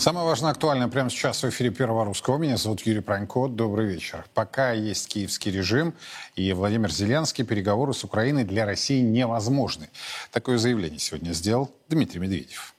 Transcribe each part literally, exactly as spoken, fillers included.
Самое важное, актуальное прямо сейчас в эфире Первого Русского. Меня зовут Юрий Пронько. Добрый вечер. Пока есть киевский режим и Владимир Зеленский, переговоры с Украиной для России невозможны. Такое заявление сегодня сделал Дмитрий Медведев.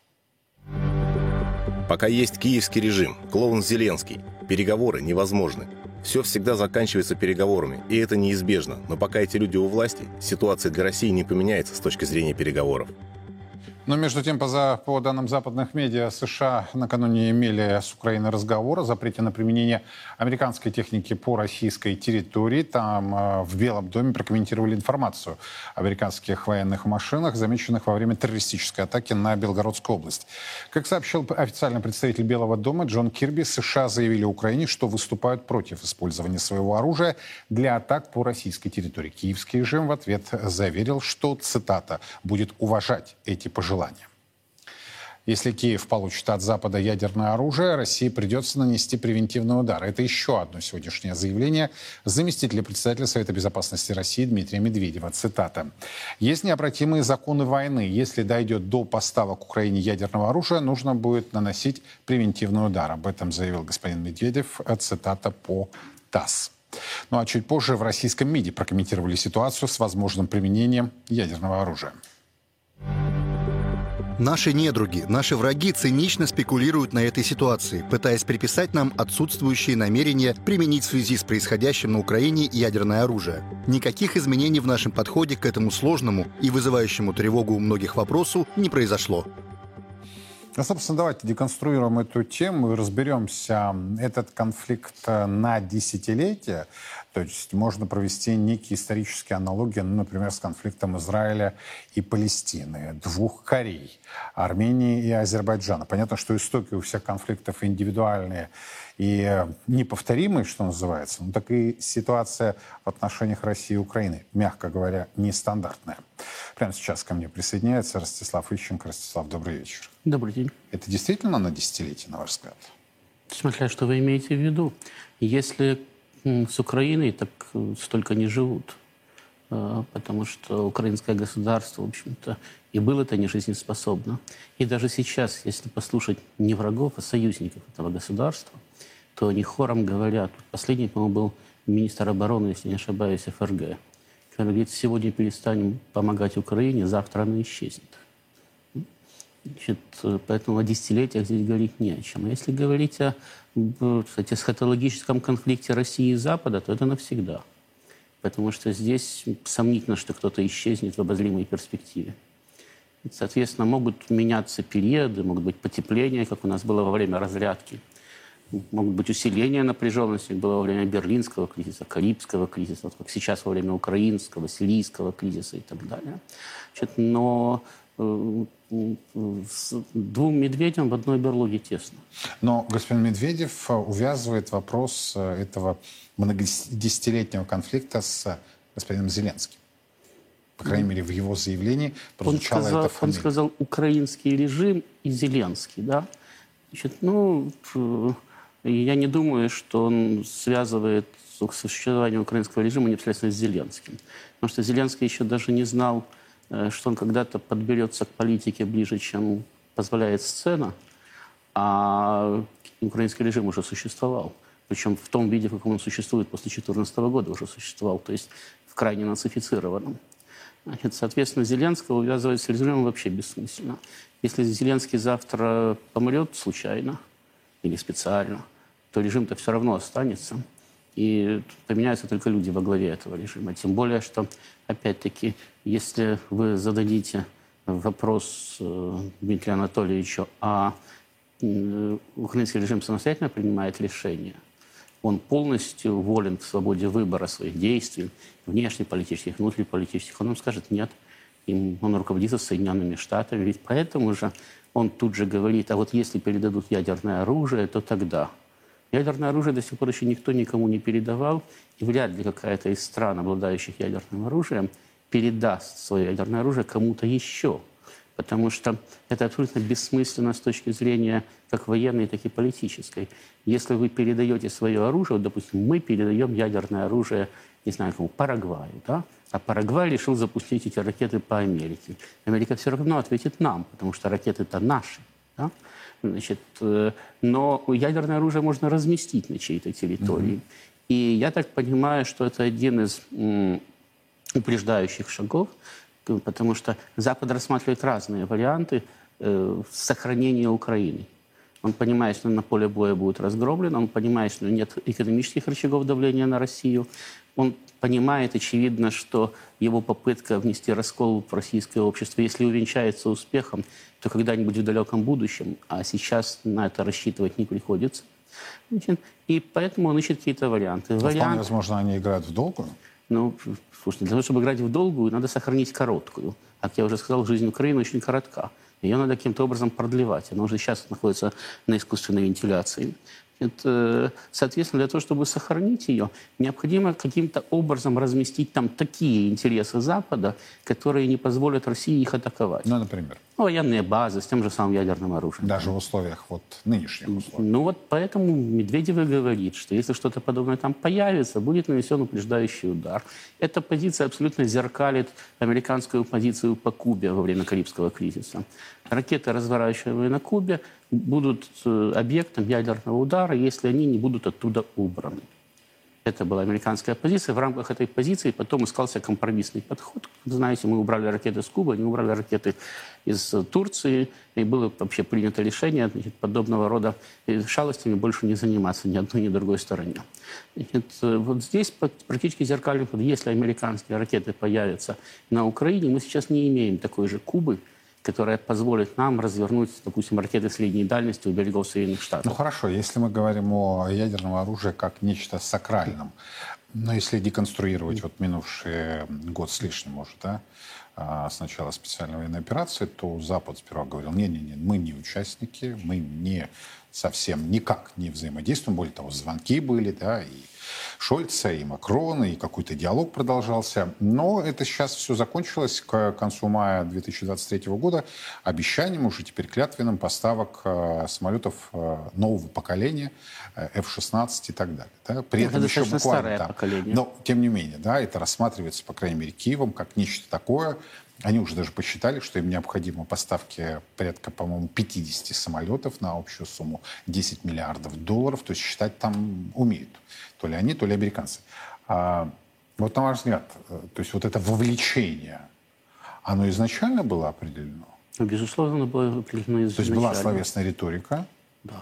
Пока есть киевский режим, клоун Зеленский, переговоры невозможны. Все всегда заканчивается переговорами, и это неизбежно. Но пока эти люди у власти, ситуация для России не поменяется с точки зрения переговоров. Но между тем, по, за, по данным западных медиа, США накануне имели с Украиной разговор о запрете на применение американской техники по российской территории. Там э, в Белом доме прокомментировали информацию о американских военных машинах, замеченных во время террористической атаки на Белгородскую область. Как сообщил официальный представитель Белого дома Джон Кирби, США заявили Украине, что выступают против использования своего оружия для атак по российской территории. Киевский режим в ответ заверил, что, цитата, будет уважать эти пожелания. Если Киев получит от Запада ядерное оружие, России придется нанести превентивный удар. Это еще одно сегодняшнее заявление заместителя председателя Совета Безопасности России Дмитрия Медведева. Цитата. «Есть необратимые законы войны. Если дойдет до поставок Украине ядерного оружия, нужно будет наносить превентивный удар». Об этом заявил господин Медведев. Цитата по ТАСС. Ну а чуть позже в российском МИДе прокомментировали ситуацию с возможным применением ядерного оружия. Наши недруги, наши враги цинично спекулируют на этой ситуации, пытаясь приписать нам отсутствующие намерения применить в связи с происходящим на Украине ядерное оружие. Никаких изменений в нашем подходе к этому сложному и вызывающему тревогу у многих вопросу не произошло. Ну, собственно, давайте деконструируем эту тему и разберемся. Этот конфликт на десятилетия, то есть можно провести некие исторические аналогии, ну, например, с конфликтом Израиля и Палестины, двух Корей, Армении и Азербайджана. Понятно, что истоки у всех конфликтов индивидуальные и неповторимые, что называется, но так и ситуация в отношениях России и Украины, мягко говоря, нестандартная. Прямо сейчас ко мне присоединяется Ростислав Ищенко. Ростислав, добрый вечер. Добрый день. Это действительно на десятилетие, на ваш взгляд? Смотря что вы имеете в виду. Если с Украиной, так столько не живут. Потому что украинское государство, в общем-то, и было-то не жизнеспособно. И даже сейчас, если послушать не врагов, а союзников этого государства, то они хором говорят. Последний, по-моему, был министр обороны, если не ошибаюсь, ФРГ. Говорит, сегодня перестанем помогать Украине, завтра она исчезнет. Значит, поэтому о десятилетиях здесь говорить не о чем. А если говорить о, кстати, эсхатологическом конфликте России и Запада, то это навсегда. Потому что здесь сомнительно, что кто-то исчезнет в обозримой перспективе. И, соответственно, могут меняться периоды, могут быть потепления, как у нас было во время разрядки. Могут быть усиления напряженности, как было во время Берлинского кризиса, Карибского кризиса, вот как сейчас во время Украинского, Сирийского кризиса и так далее. Значит, но э, с двум медведям в одной берлоге тесно. Но господин Медведев увязывает вопрос этого многодесятилетнего конфликта с господином Зеленским. По крайней мере, в его заявлении прозвучала он сказал, эта фамилия. Он сказал «украинский режим» и «Зеленский». Да? Значит, ну, я не думаю, что он связывает существование украинского режима непосредственно с Зеленским. Потому что Зеленский еще даже не знал, что он когда-то подберется к политике ближе, чем позволяет сцена, а украинский режим уже существовал. Причем в том виде, в каком он существует после две тысячи четырнадцатого года уже существовал, то есть в крайне нацифицированном. Значит, соответственно, Зеленского увязывать с режимом вообще бессмысленно. Если Зеленский завтра помрет случайно или специально, то режим-то все равно останется. И поменяются только люди во главе этого режима. Тем более, что, опять-таки, если вы зададите вопрос Дмитрию Анатольевичу, а украинский режим самостоятельно принимает решения, он полностью волен в свободе выбора своих действий, внешнеполитических, внутриполитических, он вам скажет нет. Им он руководится Соединенными Штатами. Ведь поэтому же он тут же говорит, а вот если передадут ядерное оружие, то тогда. Ядерное оружие до сих пор еще никто никому не передавал, и вряд ли какая-то из стран, обладающих ядерным оружием, передаст свое ядерное оружие кому-то еще. Потому что это абсолютно бессмысленно с точки зрения как военной, так и политической. Если вы передаете свое оружие, вот, допустим, мы передаем ядерное оружие, не знаю, кому, Парагваю, да? А Парагвай решил запустить эти ракеты по Америке. Америка все равно ответит нам, потому что ракеты-то наши. Да? Значит, но ядерное оружие можно разместить на чьей-то территории. Mm-hmm. И я так понимаю, что это один из м, упреждающих шагов, потому что Запад рассматривает разные варианты э, сохранения Украины. Он понимает, что на поле боя будет разгромлен, он понимает, что нет экономических рычагов давления на Россию, он понимает, очевидно, что его попытка внести раскол в российское общество, если увенчается успехом, то когда-нибудь в далеком будущем, а сейчас на это рассчитывать не приходится. И поэтому он ищет какие-то варианты. Но Вариант... вполне возможно, они играют в долгую. Ну, слушайте, для того, чтобы играть в долгую, надо сохранить короткую. Как я уже сказал, жизнь Украины очень коротка. Ее надо каким-то образом продлевать. Она уже сейчас находится на искусственной вентиляции. Это, соответственно, для того, чтобы сохранить ее, необходимо каким-то образом разместить там такие интересы Запада, которые не позволят России их атаковать. Ну, например? Ну, военные базы с тем же самым ядерным оружием. Даже в условиях вот нынешних условий. Ну вот поэтому Медведев и говорит, что если что-то подобное там появится, будет нанесен упреждающий удар. Эта позиция абсолютно зеркалит американскую позицию по Кубе во время Карибского кризиса. Ракеты, разворачиваемые на Кубе, будут объектом ядерного удара, если они не будут оттуда убраны. Это была американская позиция. В рамках этой позиции потом искался компромиссный подход. Знаете, мы убрали ракеты с Кубы, они убрали ракеты из Турции. И было вообще принято решение, значит, подобного рода шалостями больше не заниматься ни одной, ни другой стороне. Значит, вот здесь практически зеркальный подход. Если американские ракеты появятся на Украине, мы сейчас не имеем такой же Кубы, которая позволит нам развернуть, допустим, ракеты средней дальности у берегов Соединенных Штатов. Ну хорошо, если мы говорим о ядерном оружии как нечто сакральном, но если деконструировать вот минувший год с лишним уже, да, с начала специальной военной операции, то Запад сперва говорил, не-не-не, мы не участники, мы не совсем никак не взаимодействуем, более того, звонки были, да, и Шольца, и Макрона, и какой-то диалог продолжался. Но это сейчас все закончилось к концу мая две тысячи двадцать третьего года обещанием, уже теперь клятвенным, поставок э, самолетов э, нового поколения, э, эф шестнадцать и так далее. Да? При это этом еще буквально... старое Да, поколение. но, тем не менее, да, это рассматривается, по крайней мере, Киевом как нечто такое. Они уже даже посчитали, что им необходимо поставки порядка, по-моему, пятидесяти самолетов на общую сумму десять миллиардов долларов. То есть считать там умеют. То ли они, то ли американцы. А, вот на ваш взгляд, то есть вот это вовлечение, оно изначально было определено? Ну, безусловно, оно было определено изначально. То есть была словесная риторика, да.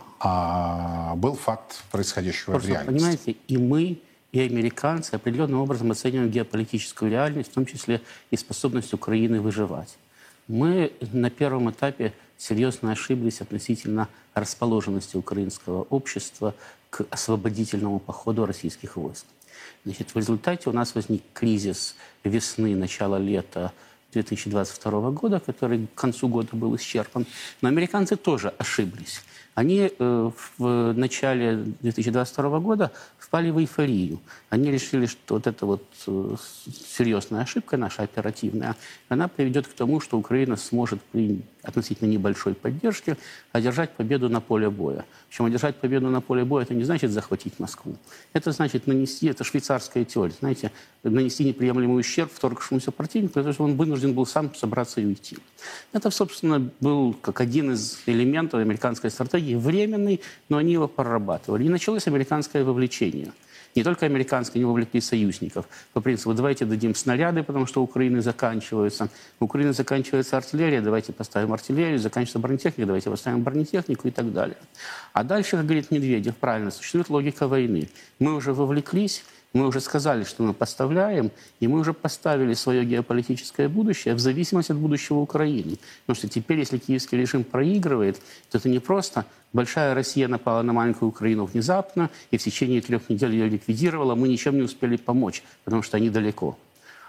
А был факт происходящего Просто, в реальности. Понимаете, и мы, и американцы определенным образом оцениваем геополитическую реальность, в том числе и способность Украины выживать. Мы на первом этапе серьезно ошиблись относительно расположенности украинского общества к освободительному походу российских войск. Значит, в результате у нас возник кризис весны, начала лета две тысячи двадцать второго года, который к концу года был исчерпан. Но американцы тоже ошиблись. Они э, в начале две тысячи двадцать второго года впали в эйфорию. Они решили, что вот эта вот э, серьезная ошибка наша, оперативная, она приведет к тому, что Украина сможет при относительно небольшой поддержке одержать победу на поле боя. Причем одержать победу на поле боя — это не значит захватить Москву. Это значит нанести, это швейцарская теория, знаете, нанести неприемлемый ущерб вторгшемуся противнику, потому что он вынужден был сам собраться и уйти. Это, собственно, был как один из элементов американской стратегии, временный, но они его прорабатывали. И началось американское вовлечение. Не только американские, они вовлекли союзников. По принципу, давайте дадим снаряды, потому что у Украины заканчиваются. У Украины заканчивается артиллерия, давайте поставим артиллерию, заканчивается бронетехника, давайте поставим бронетехнику и так далее. А дальше, как говорит Медведев, правильно, существует логика войны. Мы уже вовлеклись, мы уже сказали, что мы поставляем, и мы уже поставили свое геополитическое будущее в зависимости от будущего Украины. Потому что теперь, если киевский режим проигрывает, то это не просто большая Россия напала на маленькую Украину внезапно и в течение трех недель ее ликвидировала, мы ничем не успели помочь, потому что они далеко.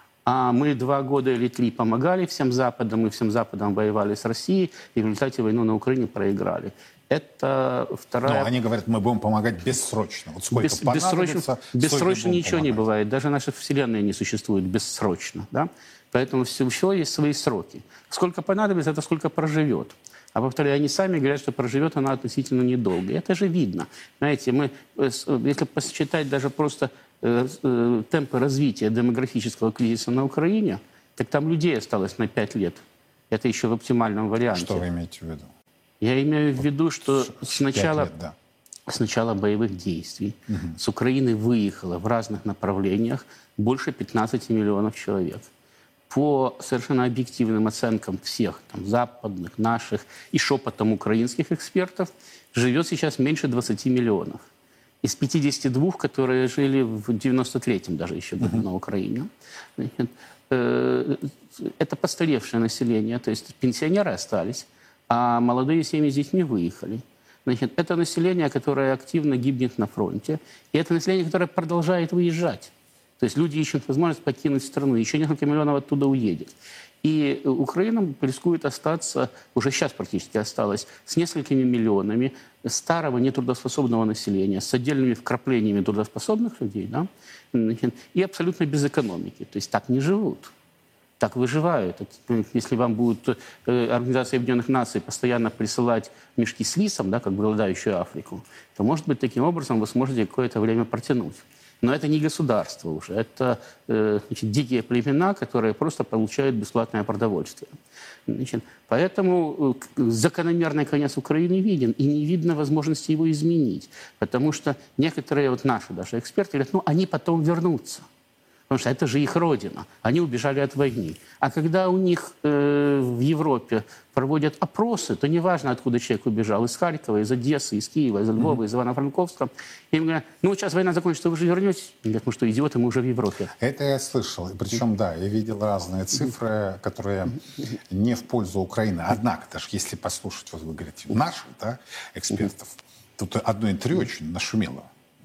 А мы два года или три помогали всем Западам, и всем Западам воевали с Россией, и в результате войну на Украине проиграли. Это вторая... Но они говорят, мы будем помогать бессрочно. Вот сколько Без, понадобится, бессрочно, бессрочно ничего помогать. не бывает. Даже наша Вселенная не существует бессрочно. Да? Поэтому все, всего есть свои сроки. Сколько понадобится, это сколько проживет. А повторяю, они сами говорят, что проживет она относительно недолго. И это же видно. Знаете, мы, если посчитать даже просто э, э, темпы развития демографического кризиса на Украине, так там людей осталось на пять лет. Это еще в оптимальном варианте. Что вы имеете в виду? Я имею в виду, что сначала, лет, да. с начала боевых действий угу. с Украины выехало в разных направлениях больше пятнадцати миллионов человек. По совершенно объективным оценкам всех там, западных, наших и шепотом украинских экспертов, живет сейчас меньше двадцати миллионов. Из пятидесяти двух, которые жили в девяносто третьем даже еще году uh-huh. на Украине. Значит, э, это постаревшее население, то есть пенсионеры остались, а молодые семьи с детьми выехали. Значит, это население, которое активно гибнет на фронте, и это население, которое продолжает выезжать. То есть люди ищут возможность покинуть страну, еще несколько миллионов оттуда уедет. И Украина рискует остаться, уже сейчас практически осталась, с несколькими миллионами старого нетрудоспособного населения, с отдельными вкраплениями трудоспособных людей, да, и абсолютно без экономики. То есть так не живут, так выживают. Если вам будет Организация Объединенных Наций постоянно присылать мешки с рисом, да, как голодающую Африку, то, может быть, таким образом вы сможете какое-то время протянуть. Но это не государство уже, это э, значит, дикие племена, которые просто получают бесплатное продовольствие. Значит, поэтому э, закономерный конец Украины виден, и не видно возможности его изменить. Потому что некоторые, вот наши даже эксперты, говорят, ну они потом вернутся. Потому что это же их родина. Они убежали от войны. А когда у них э, в Европе проводят опросы, то неважно, откуда человек убежал. Из Харькова, из Одессы, из Киева, из Львова, mm-hmm. из Ивано-Франковска. Им говорят, ну сейчас война закончится, вы же вернетесь? Они говорят, ну что, идиоты, мы уже в Европе. Это я слышал. Причем, да, я видел разные цифры, которые не в пользу Украины. Однако, даже если послушать, вот вы говорите, наших да, экспертов, тут одно интервью очень нашумело.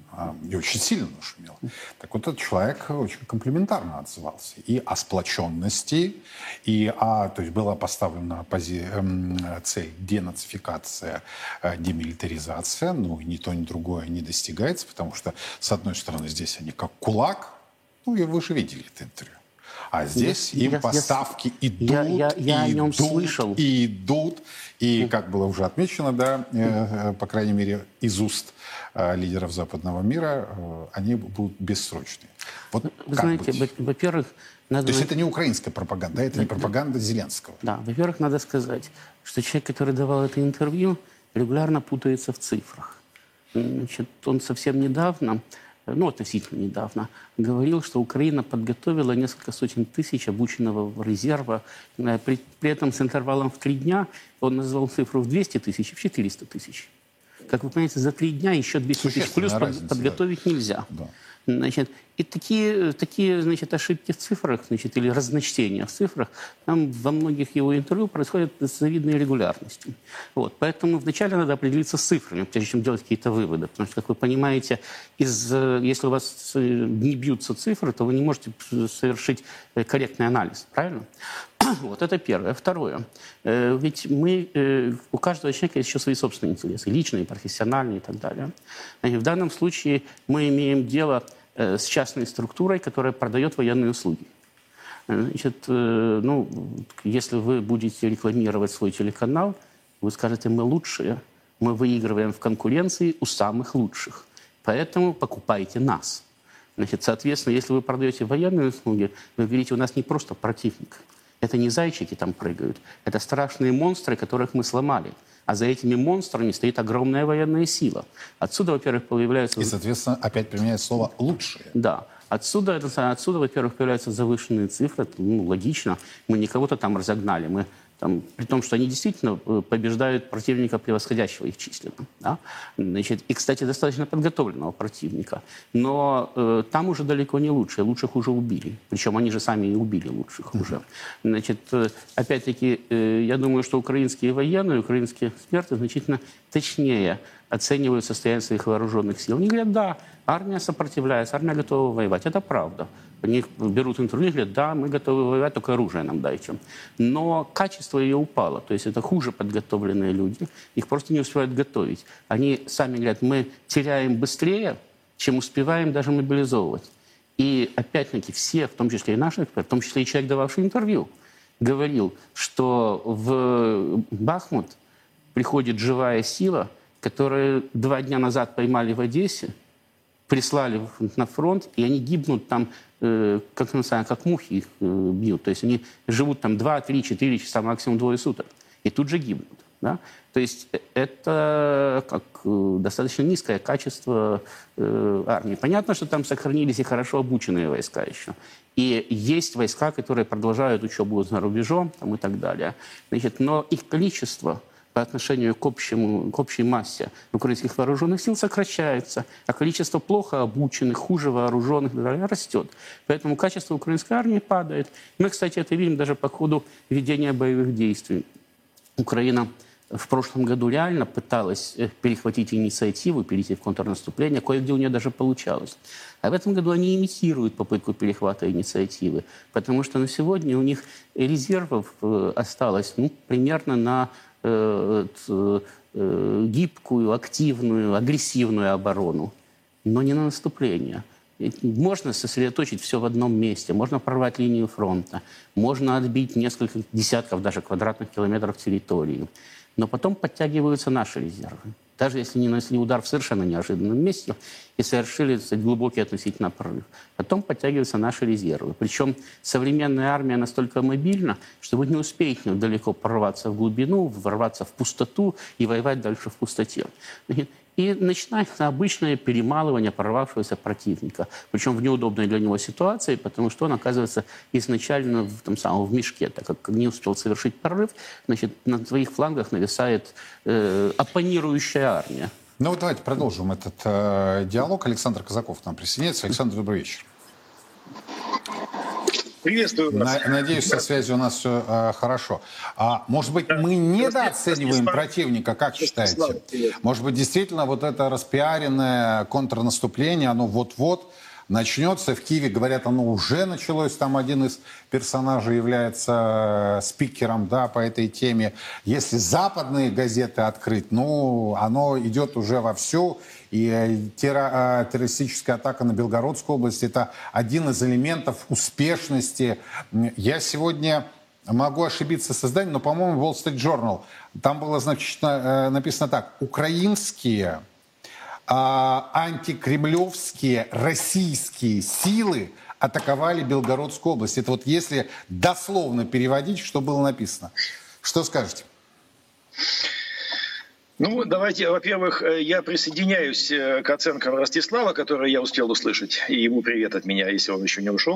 И очень сильно нашумело. Так вот, этот человек очень комплиментарно отзывался и о сплоченности, и о... То есть была поставлена пози, эм, цель денацификация, э, демилитаризация, но ни то, ни другое не достигается, потому что, с одной стороны, здесь они как кулак, ну, и вы же видели это интервью. А здесь я, им я, поставки я, идут, я, я, я и о нем идут, слышал. и идут. И, как было уже отмечено, да, э, по крайней мере, из уст э, лидеров западного мира, э, они будут бессрочные. Вот Вы знаете, во-первых... Надо... То есть это не украинская пропаганда, это не пропаганда Зеленского. Да, во-первых, надо сказать, что человек, который давал это интервью, регулярно путается в цифрах. Значит, он совсем недавно... ну, относительно недавно, говорил, что Украина подготовила несколько сотен тысяч обученного резерва. При, при этом с интервалом в три дня он назвал цифру в двести тысяч и в четыреста тысяч. Как вы понимаете, за три дня еще двести тысяч плюс разница, подготовить да. нельзя. Да. Значит, и такие, такие значит, ошибки в цифрах, значит, или разночтения в цифрах, там во многих его интервью происходят с завидной регулярностью. Вот. Поэтому вначале надо определиться с цифрами, прежде чем делать какие-то выводы. Потому что, как вы понимаете, из, если у вас не бьются цифры, то вы не можете совершить корректный анализ. Правильно? Вот это первое. Второе. Ведь мы, у каждого человека есть еще свои собственные интересы, личные, профессиональные и так далее. И в данном случае мы имеем дело с частной структурой, которая продает военные услуги. Значит, ну, если вы будете рекламировать свой телеканал, вы скажете, мы лучшие, мы выигрываем в конкуренции у самых лучших, поэтому покупайте нас. Значит, соответственно, если вы продаете военные услуги, вы говорите, у нас не просто противник. Это не зайчики там прыгают, это страшные монстры, которых мы сломали. А за этими монстрами стоит огромная военная сила. Отсюда, во-первых, появляются... И, соответственно, опять применяется слово «лучшие». Да. Отсюда, отсюда во-первых, появляются завышенные цифры. Это, ну, логично. Мы не кого-то там разогнали. Мы там, при том, что они действительно побеждают противника, превосходящего их численно. Да? Значит, и, кстати, достаточно подготовленного противника. Но э, там уже далеко не лучшие. Лучших уже убили. Причем они же сами и убили лучших mm-hmm. уже. Значит, э, опять-таки, э, я думаю, что украинские военные, украинские эксперты значительно точнее оценивают состояние своих вооруженных сил. Они говорят, да, армия сопротивляется, армия готова воевать. Это правда. Они берут интервью и говорят, да, мы готовы воевать, только оружие нам дайте. Но качество ее упало. То есть это хуже подготовленные люди. Их просто не успевают готовить. Они сами говорят, мы теряем быстрее, чем успеваем даже мобилизовывать. И опять-таки все, в том числе и наши эксперты, в том числе и человек, дававший интервью, говорил, что в Бахмут приходит живая сила, которую два дня назад поймали в Одессе, прислали на фронт, и они гибнут там, э, как, как мухи их э, бьют. То есть они живут там два, три, четыре часа, максимум двое суток. И тут же гибнут. Да? То есть это как достаточно низкое качество э, армии. Понятно, что там сохранились и хорошо обученные войска еще. И есть войска, которые продолжают учебу за рубежом там, и так далее. Значит, но их количество по отношению к, общему, к общей массе украинских вооруженных сил сокращается, а количество плохо обученных, хуже вооруженных и так далее растет. Поэтому качество украинской армии падает. Мы, кстати, это видим даже по ходу ведения боевых действий. Украина в прошлом году реально пыталась перехватить инициативу, перейти в контрнаступление, кое-где у нее даже получалось. А в этом году они имитируют попытку перехвата инициативы, потому что на сегодня у них резервов осталось ну, примерно на э, э, гибкую, активную, агрессивную оборону, но не на наступление. Можно сосредоточить все в одном месте, можно прорвать линию фронта, можно отбить несколько десятков даже квадратных километров территории. Но потом подтягиваются наши резервы. Даже если не нанесли удар в совершенно неожиданном месте и совершили кстати, глубокий относительно прорыв. Потом подтягиваются наши резервы. Причем современная армия настолько мобильна, что вы не успеете далеко прорваться в глубину, ворваться в пустоту и воевать дальше в пустоте. И начинается обычное перемалывание прорвавшегося противника. Причем в неудобной для него ситуации, потому что он оказывается изначально в, том самом, в мешке, так как не успел совершить прорыв, значит, на своих флангах нависает э, оппонирующая армия. Ну вот давайте продолжим этот э, диалог. Александр Казаков к нам присоединяется. Александр, добрый вечер. Приветствую вас. На, надеюсь, со связью у нас все э, хорошо. А может быть, мы недооцениваем противника, как считаете? Может быть, действительно, вот это распиаренное контрнаступление, оно вот-вот начнется. В Киеве, говорят, оно уже началось. Там один из персонажей является спикером, да, по этой теме. Если западные газеты открыть, ну, оно идет уже вовсю. И террористическая атака на Белгородскую область – это один из элементов успешности. Я сегодня могу ошибиться с изданием, но, по-моему, Wall Street Journal, там было значит, написано так: украинские антикремлевские российские силы атаковали Белгородскую область. Это вот если дословно переводить, что было написано. Что скажете? Ну, давайте, во-первых, я присоединяюсь к оценкам Ростислава, которые я успел услышать. И ему привет от меня, если он еще не ушел.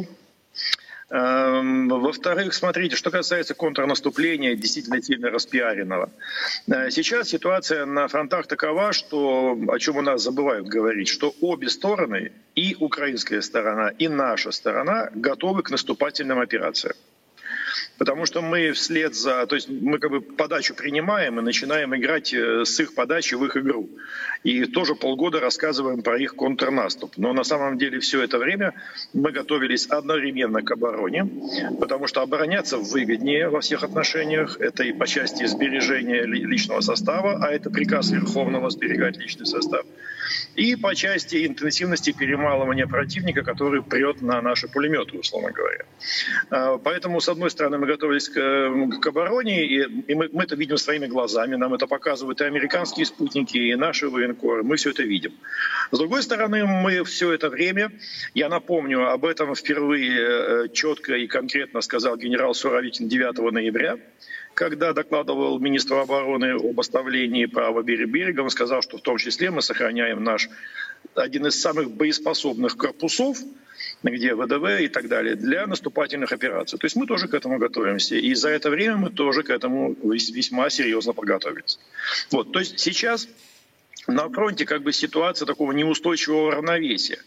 Во-вторых, смотрите, что касается контрнаступления, действительно сильно распиаренного. Сейчас ситуация на фронтах такова, что, о чем у нас забывают говорить, что обе стороны, и украинская сторона, и наша сторона, готовы к наступательным операциям. Потому что мы вслед за... То есть мы как бы подачу принимаем и начинаем играть с их подачи в их игру. И тоже полгода рассказываем про их контрнаступ. Но на самом деле все это время мы готовились одновременно к обороне, потому что обороняться выгоднее во всех отношениях. Это и по части сбережения личного состава, а это приказ Верховного сберегать личный состав. И по части интенсивности перемалывания противника, который прет на наши пулеметы, условно говоря. Поэтому, с одной стороны, мы готовились к, к обороне, и, и мы, мы это видим своими глазами, нам это показывают и американские спутники, и наши военкоры, мы все это видим. С другой стороны, мы все это время, я напомню, об этом впервые четко и конкретно сказал генерал Суровикин девятого ноября, когда докладывал министру обороны об оставлении правого берега, он сказал, что в том числе мы сохраняем наш один из самых боеспособных корпусов, где ВДВ и так далее, для наступательных операций. То есть мы тоже к этому готовимся. И за это время мы тоже к этому весьма серьезно подготовились. Вот, то есть сейчас на фронте как бы ситуация такого неустойчивого равновесия.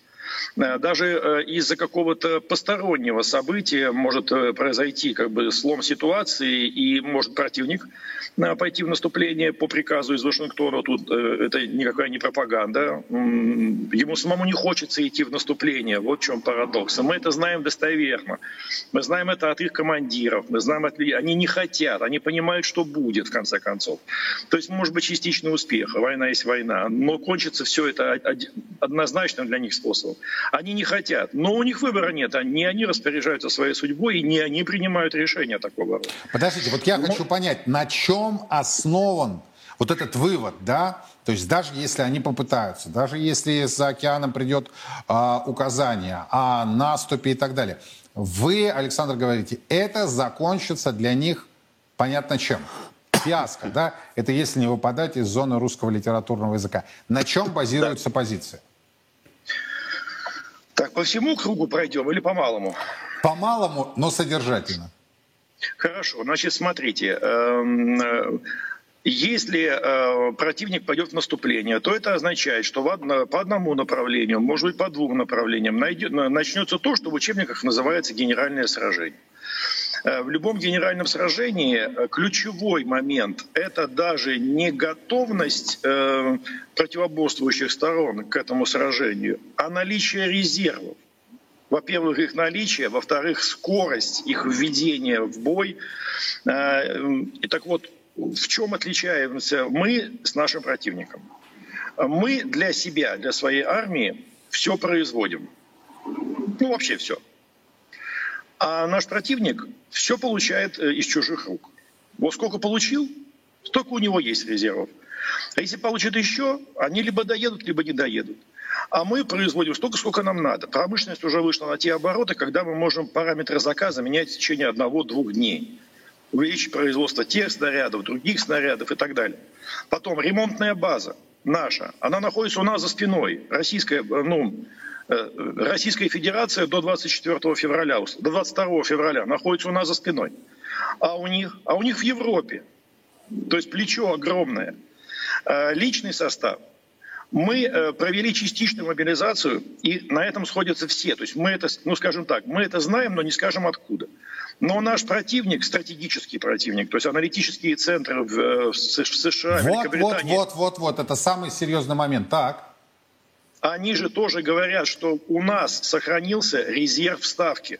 Даже из-за какого-то постороннего события может произойти как бы слом ситуации, и может противник пойти в наступление по приказу из Вашингтона. Тут это никакая не пропаганда. Ему самому не хочется идти в наступление. Вот в чем парадокс. И мы это знаем достоверно. Мы знаем это от их командиров. Мы знаем от людей. Они не хотят. Они понимают, что будет в конце концов. То есть может быть частичный успех. Война есть война. Но кончится все это однозначным для них способом. Они не хотят. Но у них выбора нет. Не они распоряжаются своей судьбой, и не они принимают решения такого рода. Подождите, вот я Но... хочу понять, на чем основан вот этот вывод, да? То есть даже если они попытаются, даже если за океаном придет а, указание о наступе и так далее, вы, Александр, говорите, это закончится для них понятно чем? фиаско, да? Это если не выпадать из зоны русского литературного языка. На чем базируется да. позиция? Так, по всему кругу пройдем или по малому? По малому, но содержательно. Хорошо, значит, смотрите. Если э, противник пойдет в наступление, то это означает, что в одно, по одному направлению, может быть, по двум направлениям найдет, начнется то, что в учебниках называется генеральное сражение. Э, в любом генеральном сражении ключевой момент – это даже не готовность э, противоборствующих сторон к этому сражению, а наличие резервов. Во-первых, их наличие, во-вторых, скорость их введения в бой. Э, и так вот, в чем отличаемся мы с нашим противником? Мы для себя, для своей армии все производим. Ну, вообще все. А наш противник все получает из чужих рук. Вот сколько получил, столько у него есть резервов. А если получит еще, они либо доедут, либо не доедут. А мы производим столько, сколько нам надо. Промышленность уже вышла на те обороты, когда мы можем параметры заказа менять в течение одного-двух дней. Увеличить производство тех снарядов, других снарядов и так далее. Потом ремонтная база наша, она находится у нас за спиной. Российская, ну, Российская Федерация до двадцать четвёртого февраля, до двадцать второго февраля находится у нас за спиной. А у них, а у них в Европе. То есть плечо огромное. Личный состав. Мы провели частичную мобилизацию, и на этом сходятся все. То есть мы это, ну скажем так, мы это знаем, но не скажем откуда. Но наш противник, стратегический противник, то есть аналитические центры в, в США, вот, Великобритании... Вот, вот, вот, вот, это самый серьезный момент. Так. Они же тоже говорят, что у нас сохранился резерв ставки.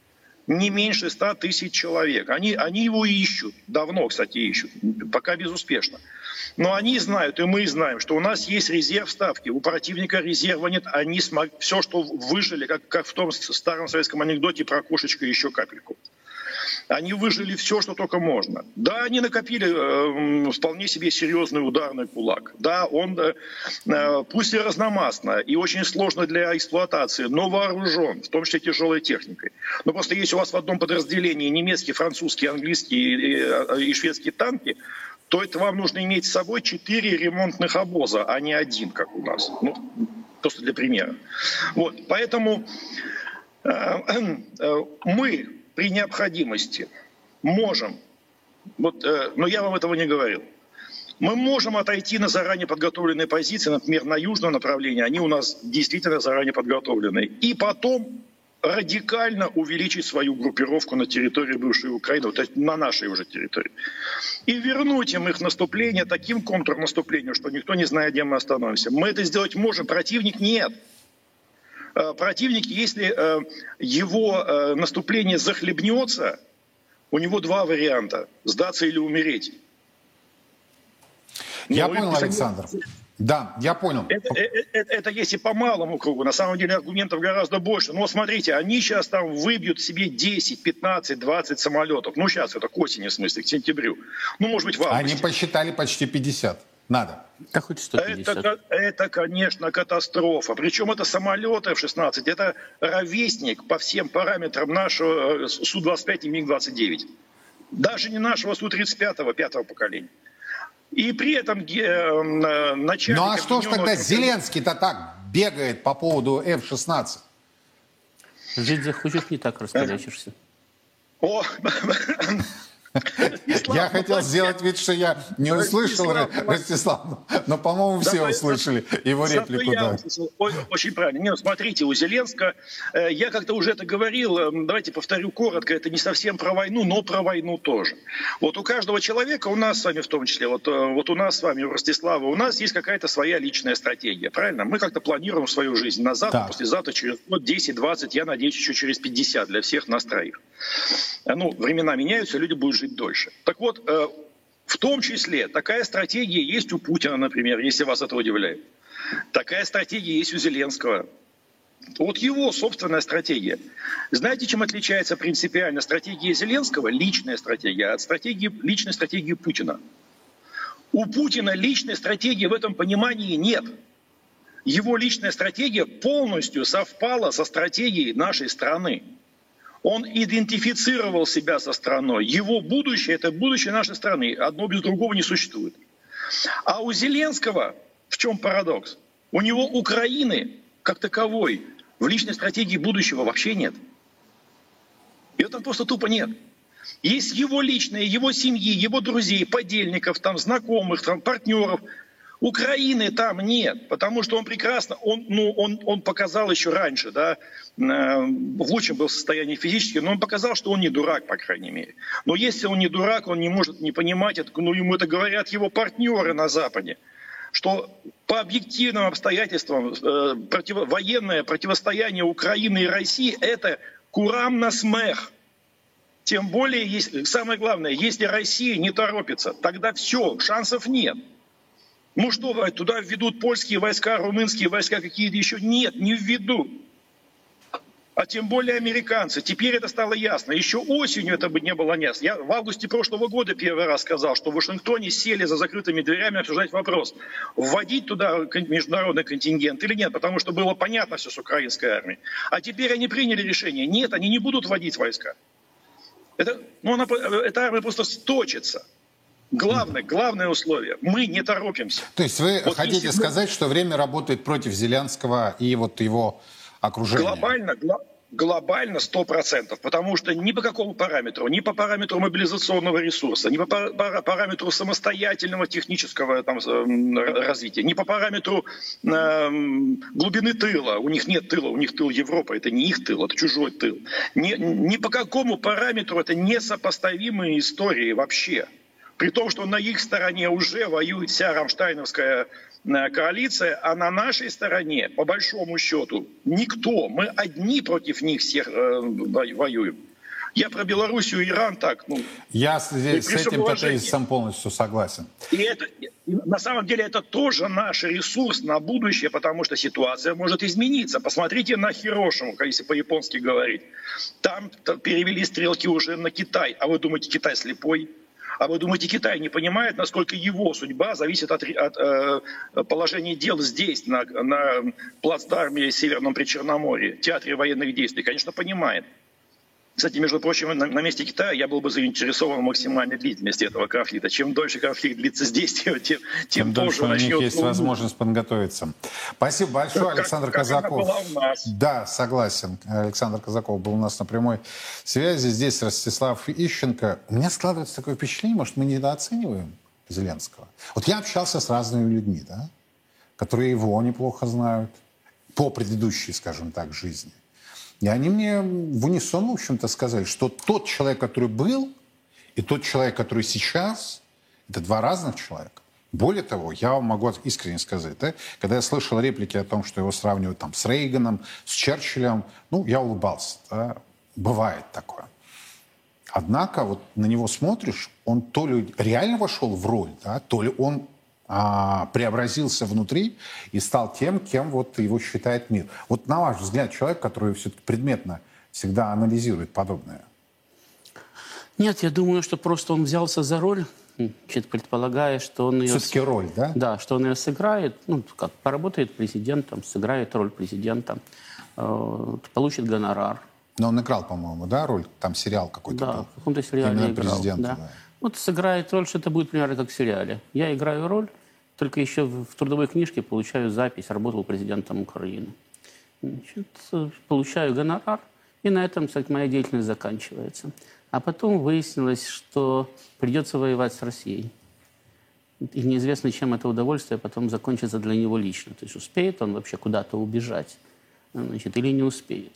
Не меньше ста тысяч человек. Они, они его ищут. Давно, кстати, ищут. Пока безуспешно. Но они знают, и мы знаем, что у нас есть резерв ставки. У противника резерва нет. Они смог... все, что выжили, как, как в том старом советском анекдоте про кошечку и еще капельку. Они выжили все, что только можно. Да, они накопили э, вполне себе серьезный ударный кулак. Да, он э, пусть и разномастно, и очень сложно для эксплуатации, но вооружен, в том числе тяжелой техникой. Но просто если у вас в одном подразделении немецкие, французские, английские и, и, и шведские танки, то это вам нужно иметь с собой четыре ремонтных обоза, а не один, как у нас. Ну, просто для примера. Вот, поэтому э, э, мы... при необходимости можем, вот, э, но я вам этого не говорил, мы можем отойти на заранее подготовленные позиции, например, на южном направлении, они у нас действительно заранее подготовлены, и потом радикально увеличить свою группировку на территории бывшей Украины, то есть на нашей уже территории, и вернуть им их наступление таким контрнаступлением, что никто не знает, где мы остановимся. Мы это сделать можем, противник нет. Противник, если его наступление захлебнется, у него два варианта – сдаться или умереть. Я Но понял, это, Александр. Да, я понял. Это, это, это если по малому кругу. На самом деле аргументов гораздо больше. Но смотрите, они сейчас там выбьют себе десять, пятнадцать, двадцать самолетов. Ну сейчас это к осени, в смысле, к сентябрю. Ну, может быть, в августе. Они посчитали почти пятьдесят. Надо. Да хоть сто пятьдесят. Это, это, конечно, катастрофа. Причем это самолеты эф шестнадцать. Это ровесник по всем параметрам нашего Су двадцать пять и МиГ двадцать девять. Даже не нашего Су тридцать пять пятого поколения. И при этом э, начальник... Ну а что ж тогда Зеленский-то так бегает по поводу эф шестнадцать? Жить захочешь, не так раскорячишься. О, Я хотел сделать вид, что я не услышал Ростислава, но, по-моему, все услышали его реплику. Да. Очень правильно. Не, смотрите, у Зеленского, я как-то уже это говорил, давайте повторю коротко, это не совсем про войну, но про войну тоже. Вот у каждого человека, у нас с вами в том числе, вот, вот у нас с вами, у Ростислава, у нас есть какая-то своя личная стратегия, правильно? Мы как-то планируем свою жизнь на завтра, послезавтра, через год, десять, двадцать, я надеюсь, еще через пятьдесят для всех нас троих. Ну, времена меняются, люди будут жить дольше. Так вот, э, в том числе такая стратегия есть у Путина, например, если вас это удивляет. Такая стратегия есть у Зеленского. Вот его собственная стратегия. Знаете, чем отличается принципиально стратегия Зеленского, личная стратегия, от стратегии, личной стратегии Путина? У Путина личной стратегии в этом понимании нет. Его личная стратегия полностью совпала со стратегией нашей страны. Он идентифицировал себя со страной. Его будущее – это будущее нашей страны. Одно без другого не существует. А у Зеленского в чем парадокс? У него Украины как таковой в личной стратегии будущего вообще нет. Ее там просто тупо нет. Есть его личные, его семьи, его друзей, подельников, там, знакомых, там, партнеров. Украины там нет, потому что он прекрасно, он, ну, он, он показал еще раньше, да, в лучшем был состоянии физически, но он показал, что он не дурак, по крайней мере. Но если он не дурак, он не может не понимать, это, ну, ему это говорят его партнеры на Западе, что по объективным обстоятельствам э, против, военное противостояние Украины и России – это курам на смех. Тем более, если, самое главное, если Россия не торопится, тогда все, шансов нет. Ну что, туда введут польские войска, румынские войска какие-то еще? Нет, не введут. А тем более американцы. Теперь это стало ясно. Еще осенью это бы не было ясно. Я в августе прошлого года первый раз сказал, что в Вашингтоне сели за закрытыми дверями обсуждать вопрос, вводить туда международный контингент или нет, потому что было понятно все с украинской армией. А теперь они приняли решение. Нет, они не будут вводить войска. Это, ну, она, эта армия просто сточится. Главное, главное условие. Мы не торопимся. То есть вы вот хотите если... сказать, что время работает против Зеленского и вот его окружения? Глобально, гла- глобально сто процентов. Потому что ни по какому параметру, ни по параметру мобилизационного ресурса, ни по пар- параметру самостоятельного технического там, развития, ни по параметру э, глубины тыла. У них нет тыла, у них тыл Европа. Это не их тыл, это чужой тыл. Ни, ни по какому параметру это несопоставимые истории вообще. При том, что на их стороне уже воюет вся рамштайновская коалиция, а на нашей стороне, по большому счету, никто. Мы одни против них всех э, воюем. Я про Белоруссию и Иран так. Ну, Я с, с этим тезисом полностью согласен. И это, на самом деле это тоже наш ресурс на будущее, потому что ситуация может измениться. Посмотрите на Хирошиму, если по-японски говорить. Там перевели стрелки уже на Китай. А вы думаете, Китай слепой? А вы думаете, Китай не понимает, насколько его судьба зависит от, от э, положения дел здесь, на, на плацдарме Северном Причерноморье, театре военных действий? Конечно, понимает. Кстати, между прочим, на, на месте Китая я был бы заинтересован в максимальной длительности этого конфликта. Чем дольше конфликт длится здесь, тем, тем, тем дольше у них есть ну, возможность подготовиться. Спасибо большое, как, Александр как Казаков. Да, согласен. Александр Казаков был у нас на прямой связи. Здесь Ростислав Ищенко. У меня складывается такое впечатление, может, мы недооцениваем Зеленского. Вот я общался с разными людьми, да, которые его неплохо знают по предыдущей, скажем так, жизни. И они мне в унисон, в общем-то, сказали, что тот человек, который был, и тот человек, который сейчас, это два разных человека. Более того, я вам могу искренне сказать, да, когда я слышал реплики о том, что его сравнивают там, с Рейганом, с Черчиллем, ну, я улыбался. Да, бывает такое. Однако вот на него смотришь, он то ли реально вошел в роль, да, то ли он а, преобразился внутри и стал тем, кем вот его считает мир. Вот на ваш взгляд, человек, который все-таки предметно всегда анализирует подобное. Нет, я думаю, что просто он взялся за роль, значит, предполагая, что он ее... Все-таки роль, да? Да, что он ее сыграет, ну, как, поработает президентом, сыграет роль президента, э, получит гонорар. Но он играл, по-моему, да, роль? Там сериал какой-то да, был. в каком-то сериале именно играл. Президента, да. Да. Вот сыграет роль, что это будет примерно как в сериале. Я играю роль, только еще в, в трудовой книжке получаю запись, работал президентом Украины. Значит, получаю гонорар, и на этом, кстати, моя деятельность заканчивается. А потом выяснилось, что придется воевать с Россией. И неизвестно, чем это удовольствие потом закончится для него лично. То есть успеет он вообще куда-то убежать, значит, или не успеет.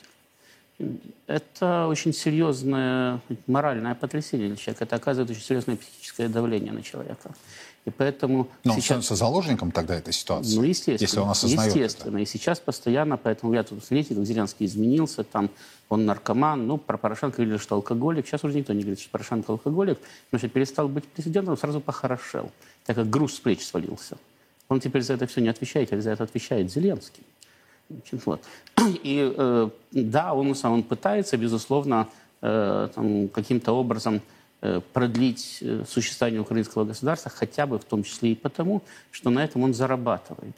Это очень серьезное моральное потрясение для человека. Это оказывает очень серьезное психическое давление на человека. И поэтому Но он сейчас... становится заложником тогда этой ситуации, ну, естественно, если он осознает естественно. это. И сейчас постоянно, поэтому я тут, смотрите, как Зеленский изменился, там он наркоман, ну, про Порошенко говорили, что алкоголик. Сейчас уже никто не говорит, что Порошенко алкоголик, потому что перестал быть президентом, сразу похорошел, так как груз с плеч свалился. Он теперь за это все не отвечает, а за это отвечает Зеленский. Значит, вот. И э, да, он, он пытается, безусловно, э, там, каким-то образом э, продлить э, существование украинского государства, хотя бы в том числе и потому, что на этом он зарабатывает.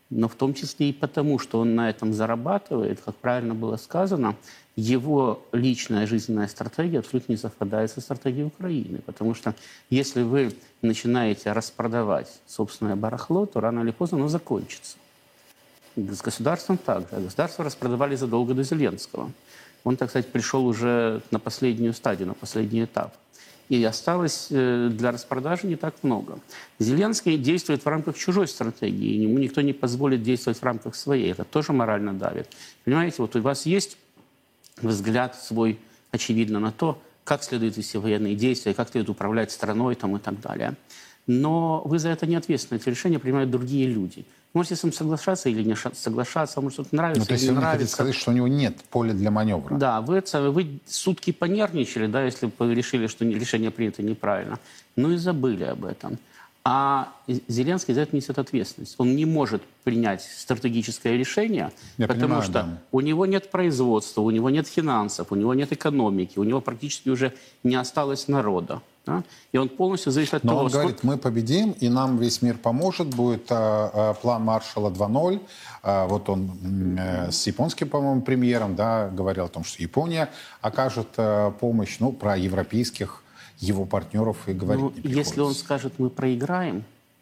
но в том числе и потому, что он на этом зарабатывает, как правильно было сказано, его личная жизненная стратегия абсолютно не совпадает со стратегией Украины. Потому что если вы начинаете распродавать собственное барахло, то рано или поздно оно закончится. С государством также. Государство распродавали задолго до Зеленского. Он, так сказать, пришел уже на последнюю стадию, на последний этап. И осталось для распродажи не так много. Зеленский действует в рамках чужой стратегии. Ему никто не позволит действовать в рамках своей. Это тоже морально давит. Понимаете, вот у вас есть взгляд свой, очевидно, на то, как следует вести военные действия, как следует управлять страной там, и так далее. Но вы за это не ответственны. Эти решения принимают другие люди. Можете с этим соглашаться или не соглашаться, может, что-то нравится, ну, то есть или не вы нравится. хотите сказать, что у него нет поля для маневра? Да, вы, вы сутки понервничали, да, если вы решили, что решение принято неправильно, ну и забыли об этом. А Зеленский за это несет ответственность. Он не может принять стратегическое решение, Я потому понимаю, что да. у него нет производства, у него нет финансов, у него нет экономики, у него практически уже не осталось народа. Да? И он полностью зависит от Но того, он сколько... говорит, мы победим, и нам весь мир поможет, будет а, а, план Маршалла два ноль. А, вот он а, с японским, по-моему, премьером, да, говорил о том, что Япония окажет а, помощь, ну, про европейских его партнеров и говорить ну, не приходится. Если он скажет, мы проиграем,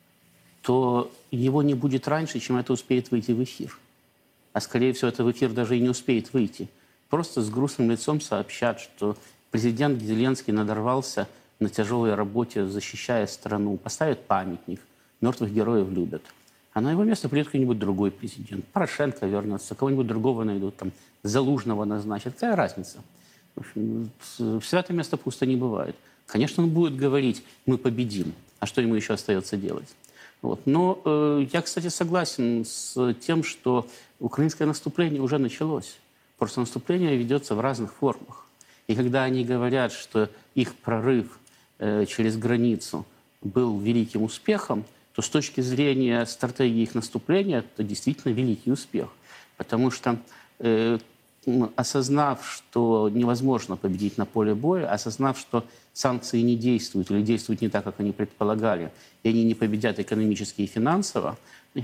то его не будет раньше, чем это успеет выйти в эфир. А скорее всего, это в эфир даже и не успеет выйти. Просто с грустным лицом сообщат, что президент Зеленский надорвался на тяжелой работе, защищая страну, поставит памятник, мертвых героев любят. А на его место придет какой-нибудь другой президент. Порошенко вернется, кого-нибудь другого найдут, там, Залужного назначат. Какая разница? В общем, святое место пусто не бывает. Конечно, он будет говорить, мы победим. А что ему еще остается делать? Вот. Но э, я, кстати, согласен с тем, что украинское наступление уже началось. Просто наступление ведется в разных формах. И когда они говорят, что их прорыв э, через границу был великим успехом, то с точки зрения стратегии их наступления это действительно великий успех. Потому что э, осознав, что невозможно победить на поле боя, осознав, что санкции не действуют или действуют не так, как они предполагали, и они не победят экономически и финансово,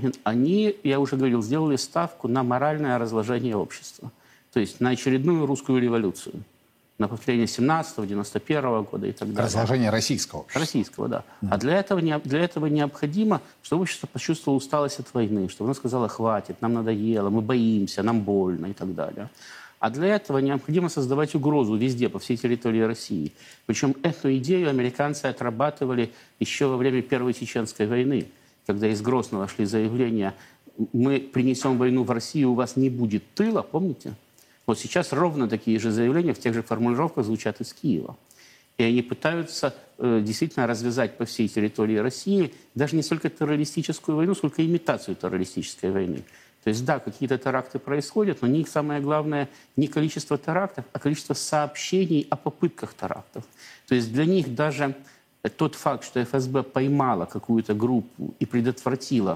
они, я уже говорил, сделали ставку на моральное разложение общества. То есть на очередную русскую революцию. На повторение семнадцатого, девяносто первого года и так далее. Разложение российского общества. Российского, да. Mm-hmm. А для этого, не, для этого необходимо, чтобы общество почувствовало усталость от войны, чтобы оно сказало, хватит, нам надоело, мы боимся, нам больно и так далее. А для этого необходимо создавать угрозу везде, по всей территории России. Причем эту идею американцы отрабатывали еще во время Первой Чеченской войны, когда из Грозного шли заявления, мы принесем войну в Россию, у вас не будет тыла, помните? Вот сейчас ровно такие же заявления в тех же формулировках звучат из Киева. И они пытаются э, действительно развязать по всей территории России даже не столько террористическую войну, сколько имитацию террористической войны. То есть, да, какие-то теракты происходят, но не самое главное не количество терактов, а количество сообщений о попытках терактов. То есть для них даже тот факт, что эф эс бэ поймала какую-то группу и предотвратила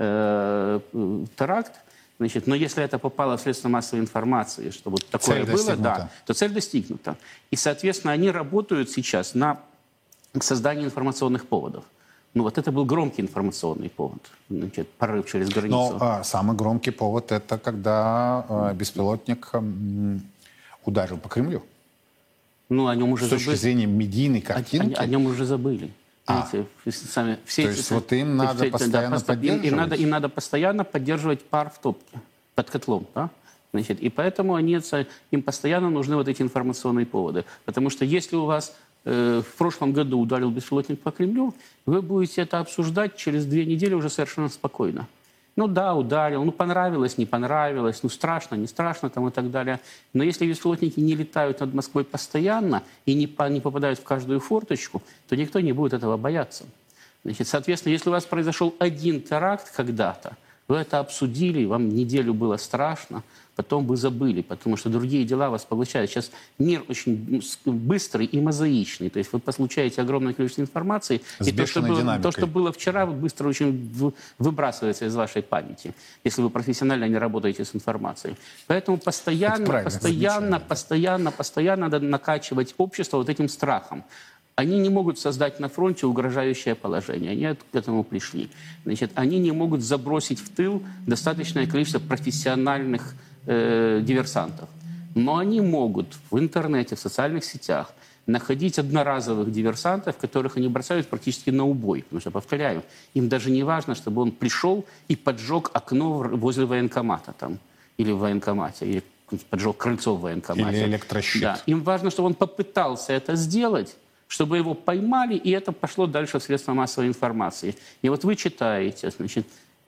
э, теракт, значит, но если это попало в средства массовой информации, что вот такое цель было, да, то цель достигнута. И, соответственно, они работают сейчас на создании информационных поводов. Ну вот это был громкий информационный повод, значит, прорыв через границу. Но а, самый громкий повод — это когда а, беспилотник а, ударил по Кремлю. Ну, о нем уже С точки забыли. зрения медийной картинки. О, о, о нем уже забыли. А, Знаете, сами, все то эти, есть вот им надо все, постоянно да, поддерживать? Им, им, надо, им надо постоянно поддерживать пар в топке, под котлом. Да? Значит, и поэтому они, им постоянно нужны вот эти информационные поводы. Потому что если у вас э, в прошлом году ударил беспилотник по Кремлю, вы будете это обсуждать через две недели уже совершенно спокойно. Ну да, ударил, ну понравилось, не понравилось, ну страшно, не страшно там и так далее. Но если беспилотники не летают над Москвой постоянно и не, по, не попадают в каждую форточку, то никто не будет этого бояться. Значит, соответственно, если у вас произошел один теракт когда-то, вы это обсудили, вам неделю было страшно, потом вы забыли, потому что другие дела вас поглощают. Сейчас мир очень быстрый и мозаичный, то есть вы получаете огромное количество информации, с и то что, было, то, что было вчера, быстро очень выбрасывается из вашей памяти, если вы профессионально не работаете с информацией. Поэтому постоянно, постоянно, постоянно, постоянно надо накачивать общество вот этим страхом. они не могут создать на фронте угрожающее положение. Они к этому пришли. Значит, они не могут забросить в тыл достаточное количество профессиональных э, диверсантов. Но они могут в интернете, в социальных сетях находить одноразовых диверсантов, которых они бросают практически на убой. Потому что, повторяю, им даже не важно, чтобы он пришел и поджег окно возле военкомата там, или в военкомате, или поджег крыльцо в военкомате. Или электрощит. Да. Им важно, чтобы он попытался это сделать, чтобы его поймали, и это пошло дальше в средства массовой информации. И вот вы читаете, значит,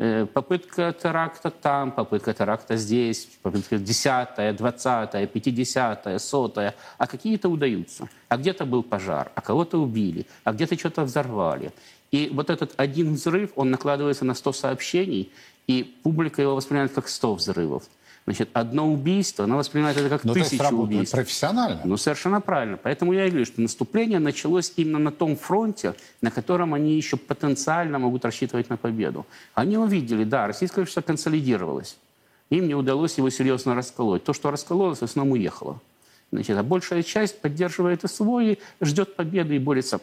попытка теракта там, попытка теракта здесь, попытка десятая, двадцатая, пятидесятая, сотая, а какие-то удаются. А где-то был пожар, а кого-то убили, а где-то что-то взорвали. И вот этот один взрыв, он накладывается на сто сообщений, и публика его воспринимает как сто взрывов. Значит, одно убийство, она воспринимает это как ну, тысячу убийств. Профессионально. Ну, совершенно правильно. Поэтому я и говорю, что наступление началось именно на том фронте, на котором они еще потенциально могут рассчитывать на победу. Они увидели, да, российское общество консолидировалось. Им не удалось его серьезно расколоть. То, что раскололось, в основном уехало. Значит, а большая часть поддерживает СВО и ждет победы и борется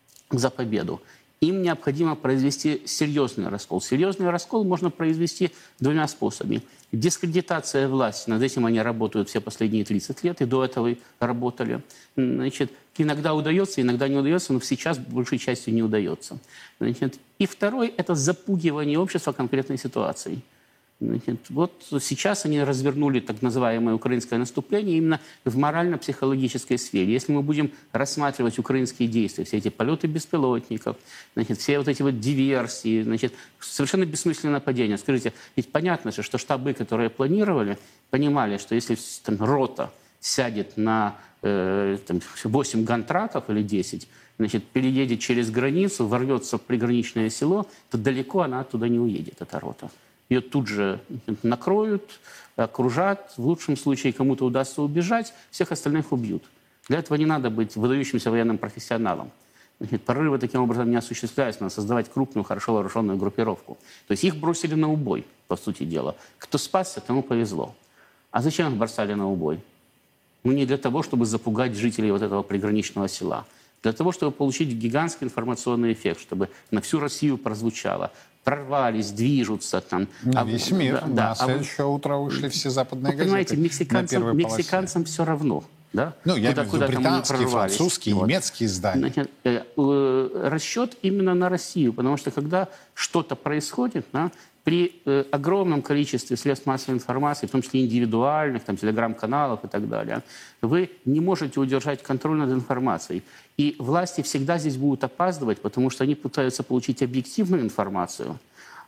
за победу. Им необходимо произвести серьезный раскол. Серьезный раскол можно произвести двумя способами. Дискредитация власти. Над этим они работают все последние тридцать лет, и до этого работали. Значит, иногда удается, иногда не удается, но сейчас большей частью не удается. Значит, и второй – это запугивание общества конкретной ситуацией. Значит, вот сейчас они развернули так называемое украинское наступление именно в морально-психологической сфере. Если мы будем рассматривать украинские действия, все эти полеты беспилотников, значит, все вот эти вот диверсии, значит, совершенно бессмысленное нападение. Скажите, ведь понятно же, что штабы, которые планировали, понимали, что если там, рота сядет на э, там, восемь гантратов или десять, значит, переедет через границу, ворвется в приграничное село, то далеко она оттуда не уедет, эта рота. Ее тут же накроют, окружат. В лучшем случае кому-то удастся убежать, всех остальных убьют. Для этого не надо быть выдающимся военным профессионалом. Значит, прорывы таким образом не осуществляются. Надо создавать крупную, хорошо вооруженную группировку. То есть их бросили на убой, по сути дела. Кто спасся, тому повезло. А зачем их бросали на убой? Ну, не для того, чтобы запугать жителей вот этого приграничного села. Для того, чтобы получить гигантский информационный эффект, чтобы на всю Россию прозвучало. Прорвались, движутся там. На а, весь мир. Да, На да, следующее а, утро вышли все западные вы понимаете, газеты. мексиканцам, мексиканцам все равно. Да? Ну, я куда, имею в виду британские, французские, вот. немецкие издания. Значит, э, э, расчет именно на Россию, потому что когда что-то происходит, да, при э, огромном количестве средств массовой информации, в том числе индивидуальных, там, телеграм-каналов и так далее, вы не можете удержать контроль над информацией. И власти всегда здесь будут опаздывать, потому что они пытаются получить объективную информацию,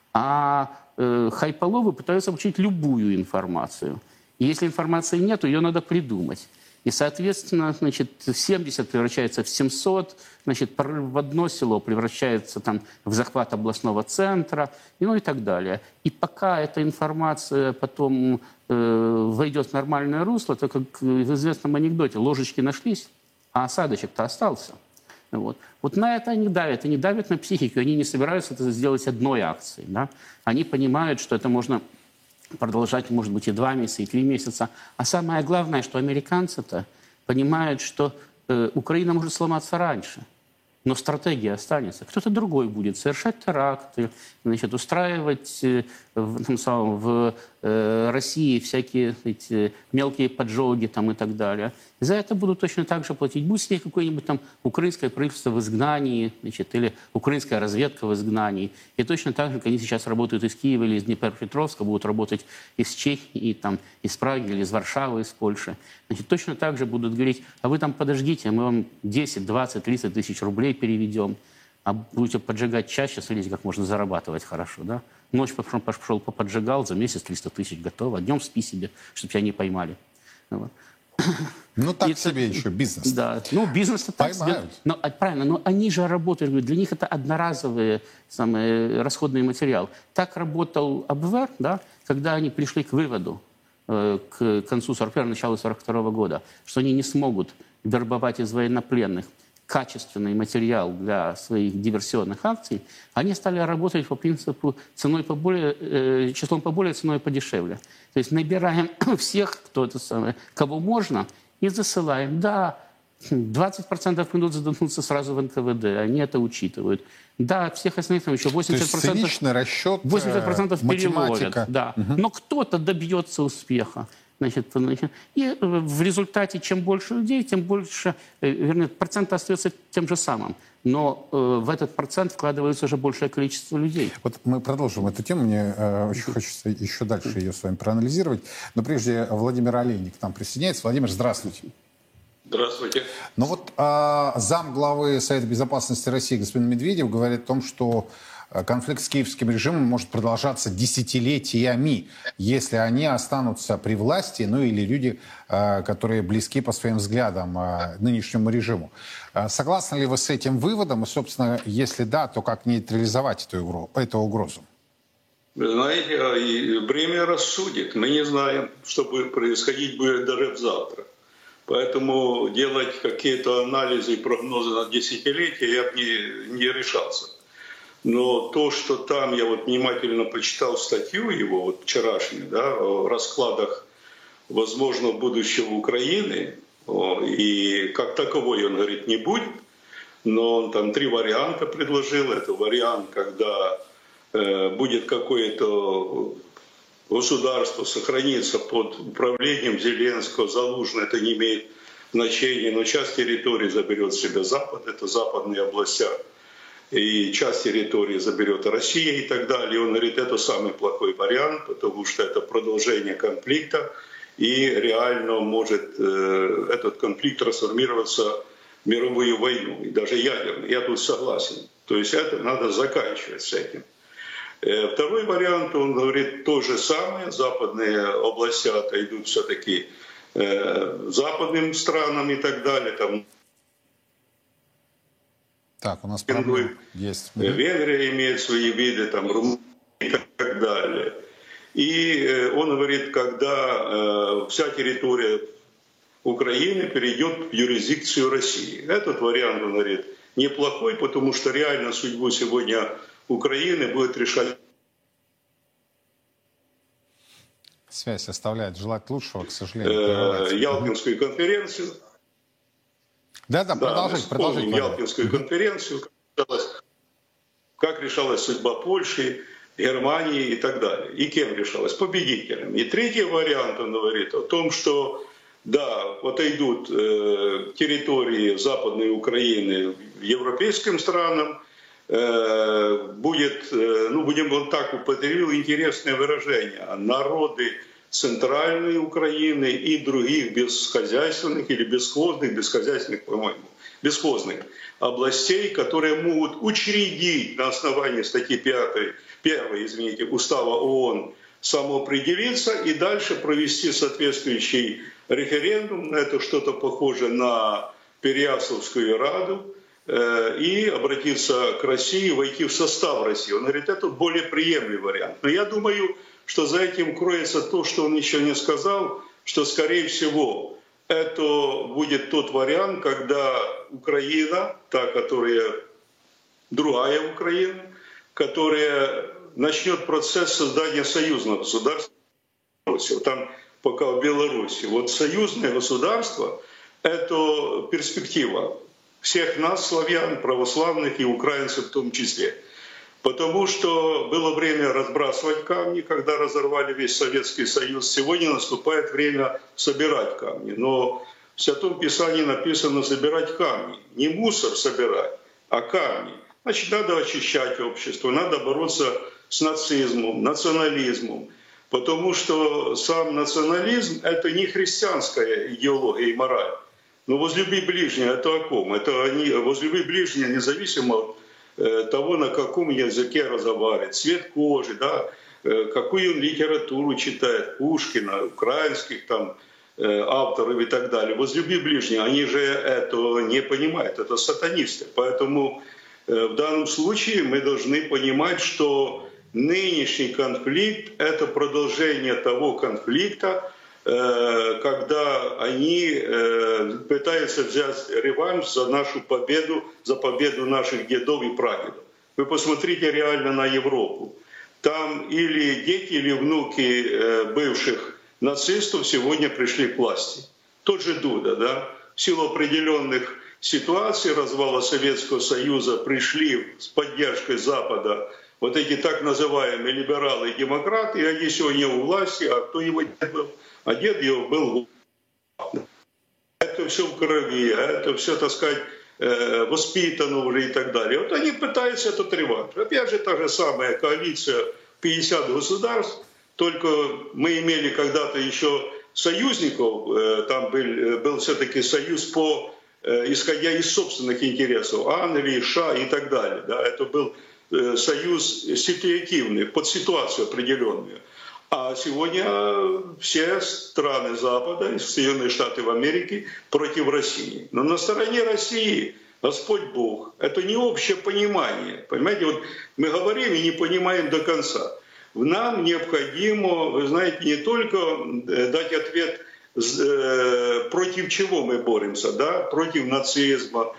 а э, хайполовы пытаются получить любую информацию. И если информации нет, то ее надо придумать. И, соответственно, значит, семьдесят превращается в семьсот, значит, в одно село превращается там, в захват областного центра, и, ну и так далее. И пока эта информация потом э, войдет в нормальное русло, то, как в известном анекдоте, ложечки нашлись, а осадочек-то остался. Вот. Вот на это они давят. Они давят на психику, они не собираются это сделать одной акцией. Да? Они понимают, что это можно продолжать, может быть, и два месяца, и три месяца. А самое главное, что американцы-то понимают, что э, Украина может сломаться раньше, но стратегия останется. Кто-то другой будет совершать теракты, значит, устраивать э, в, там, самом, в э, России всякие эти, мелкие поджоги там, и так далее. И за это будут точно так же платить. Будь с ней какое-нибудь там украинское правительство в изгнании, значит, или украинская разведка в изгнании. И точно так же, как они сейчас работают из Киева или из Днепропетровска, будут работать из Чехии, там, из Праги или из Варшавы, из Польши. Значит, точно так же будут говорить, а вы там подождите, мы вам десять, двадцать, тридцать тысяч рублей переведем, а будете поджигать чаще, смотрите, как можно зарабатывать хорошо, да? Ночь пошел, пошел поподжигал, за месяц триста тысяч готово, а днем спи себе, чтобы тебя не поймали. Вот. Ну, так И себе это, еще бизнес. Да, ну, бизнес-то так себе. Но, правильно, но они же работают, для них это одноразовый самый, расходный материал. Так работал Абвер, да, когда они пришли к выводу э, к концу сорок первого, началу сорок второго года, что они не смогут вербовать из военнопленных качественный материал для своих диверсионных акций, они стали работать по принципу ценой поболее, э, числом поболее, ценой подешевле. То есть набираем всех, кто это самое, кого можно, и засылаем. Да, двадцать процентов придут задохнуться сразу в эн ка вэ дэ, они это учитывают. Да, всех остальных там еще восемьдесят процентов. То есть циничный расчет, восемьдесят процентов переводят. математика. Да. Угу. Но кто-то добьется успеха. Значит, и в результате, чем больше людей, тем больше, вернее, процент остается тем же самым. Но э, в этот процент вкладывается уже большее количество людей. Вот мы продолжим эту тему. Мне э, очень хочется еще дальше ее с вами проанализировать. Но прежде Владимир Олейник к нам присоединяется. Владимир, здравствуйте. Здравствуйте. Ну вот э, зам главы Совета Безопасности России господин Медведев говорит о том, что конфликт с киевским режимом может продолжаться десятилетиями, если они останутся при власти, ну или люди, которые близки по своим взглядам нынешнему режиму. Согласны ли вы с этим выводом? И, собственно, если да, то как нейтрализовать эту, эту угрозу? Вы знаете, время рассудит. Мы не знаем, что будет происходить будет даже завтра. Поэтому делать какие-то анализы и прогнозы на десятилетия я бы не, не решался. Но то, что там, я вот внимательно почитал статью его, вот вчерашнюю, да, о раскладах возможного будущего Украины, о, и как таковой, он говорит, не будет, но он там три варианта предложил. Это вариант, когда э, будет какое-то государство сохраниться под управлением Зеленского, Залужного, это не имеет значения, но часть территории заберет в себя Запад, это западные области, и часть территории заберет Россия и так далее. И он говорит, это самый плохой вариант, потому что это продолжение конфликта, и реально может э, этот конфликт трансформироваться в мировую войну, и даже ядерную. Я тут согласен. То есть это надо заканчивать с этим. Э, второй вариант, он говорит то же самое, западные области отойдут все-таки э, западным странам и так далее, там. Так, у нас проблемы есть. Венгрия имеет свои виды, там, Румыния и так далее. И он говорит, когда вся территория Украины перейдет в юрисдикцию России. Этот вариант, он говорит, неплохой, потому что реально судьбу сегодня Украины будет решать. Связь оставляет желать лучшего, к сожалению. Ялтинскую конференцию. Да, да, продолжайте, да, продолжайте. Ялтинскую конференцию, как решалась, как решалась судьба Польши, Германии и так далее. И кем решалась? Победителем. И третий вариант, он говорит о том, что да, отойдут э, территории Западной Украины европейским странам, э, будет, э, ну будем вот так употребил интересное выражение, народы Центральной Украины и других бесхозяйственных или бесхозных, бесхозяйственных, по-моему, бесхозных областей, которые могут учредить на основании статьи пятой, первой, извините, Устава ООН самоопределиться и дальше провести соответствующий референдум. Это что-то похоже на Переяславскую Раду э, и обратиться к России, войти в состав России. Он говорит, это более приемлемый вариант. Но я думаю, что за этим кроется то, что он еще не сказал, что, скорее всего, это будет тот вариант, когда Украина, та, которая другая Украина, которая начнет процесс создания союзного государства. Там пока в Беларуси. Вот союзное государство — это перспектива всех нас, славян, православных и украинцев в том числе. Потому что было время разбрасывать камни, когда разорвали весь Советский Союз. Сегодня наступает время собирать камни. Но в Святом Писании написано собирать камни. Не мусор собирать, а камни. Значит, надо очищать общество, надо бороться с нацизмом, национализмом. Потому что сам национализм — это не христианская идеология и мораль. Но возлюби ближнего — это о ком? Это они, возлюби ближнего независимо от того, на каком языке разговаривает, цвет кожи, да, какую он литературу читает, Пушкина, украинских там авторов и так далее. Возлюби ближнего, они же этого не понимают, это сатанисты. Поэтому в данном случае мы должны понимать, что нынешний конфликт — это продолжение того конфликта, когда они пытаются взять реванш за нашу победу, за победу наших дедов и прадедов. Вы посмотрите реально на Европу. Там или дети, или внуки бывших нацистов сегодня пришли к власти. Тот же Дуда, да? в силу определенных ситуаций развала Советского Союза пришли с поддержкой Запада вот эти так называемые либералы и демократы, и они сегодня у власти, а кто его дед был? А дед его был. Это все в крови, это все, так сказать, воспитано уже и так далее. Вот они пытаются этот реванш. Опять же, та же самая коалиция пятьдесят государств, только мы имели когда-то еще союзников, там был, был все-таки союз по, исходя из собственных интересов, Англии, США и так далее. Да, это был союз ситуативный, под ситуацию определенную. А сегодня все страны Запада, Соединенные Штаты в Америке против России. Но на стороне России Господь Бог. Это не общее понимание. Понимаете, вот мы говорим и не понимаем до конца. Нам необходимо, вы знаете, не только дать ответ, против чего мы боремся, да? Против нацизма,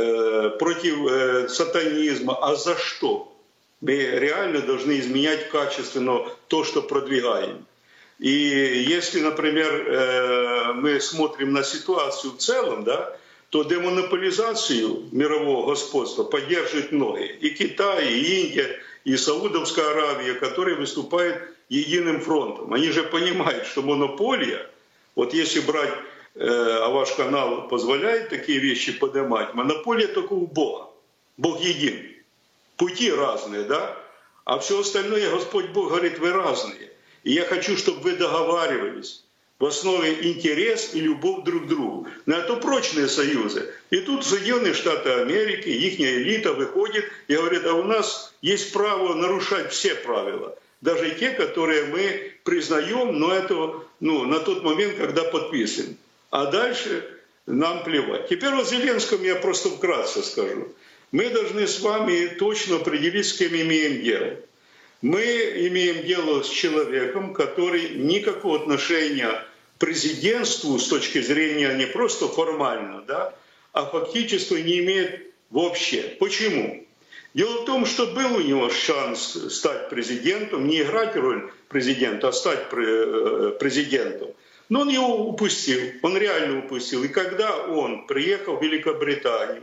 против сатанизма, а за что? Мы реально должны изменять качественно то, что продвигаем. И если, например, мы смотрим на ситуацию в целом, да, то демонополизацию мирового господства поддерживают многие. И Китай, и Индия, и Саудовская Аравия, которые выступают единым фронтом. Они же понимают, что монополия, вот если брать, а ваш канал позволяет такие вещи поднимать, монополия только у Бога. Бог един. Пути разные, да? А все остальное Господь Бог говорит, вы разные. И я хочу, чтобы вы договаривались. В основе интерес и любовь друг к другу. На это прочные союзы. И тут Соединенные Штаты Америки, их элита выходит и говорит, а у нас есть право нарушать все правила. Даже те, которые мы признаем, но это ну, на тот момент, когда подписываем. А дальше нам плевать. Теперь о Зеленском я просто вкратце скажу. Мы должны с вами точно определить, с кем имеем дело. Мы имеем дело с человеком, который никакого отношения к президентству с точки зрения не просто формально, да, а фактически не имеет вообще. Почему? Дело в том, что был у него шанс стать президентом, не играть роль президента, а стать президентом. Но он его упустил, он реально упустил. И когда он приехал в Великобританию,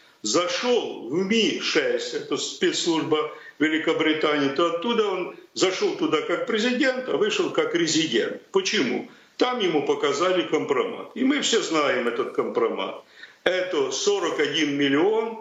зашел в Ми шесть, это спецслужба Великобритании, то оттуда он зашел туда как президент, а вышел как резидент. Почему? Там ему показали компромат. И мы все знаем этот компромат. Это сорок один миллион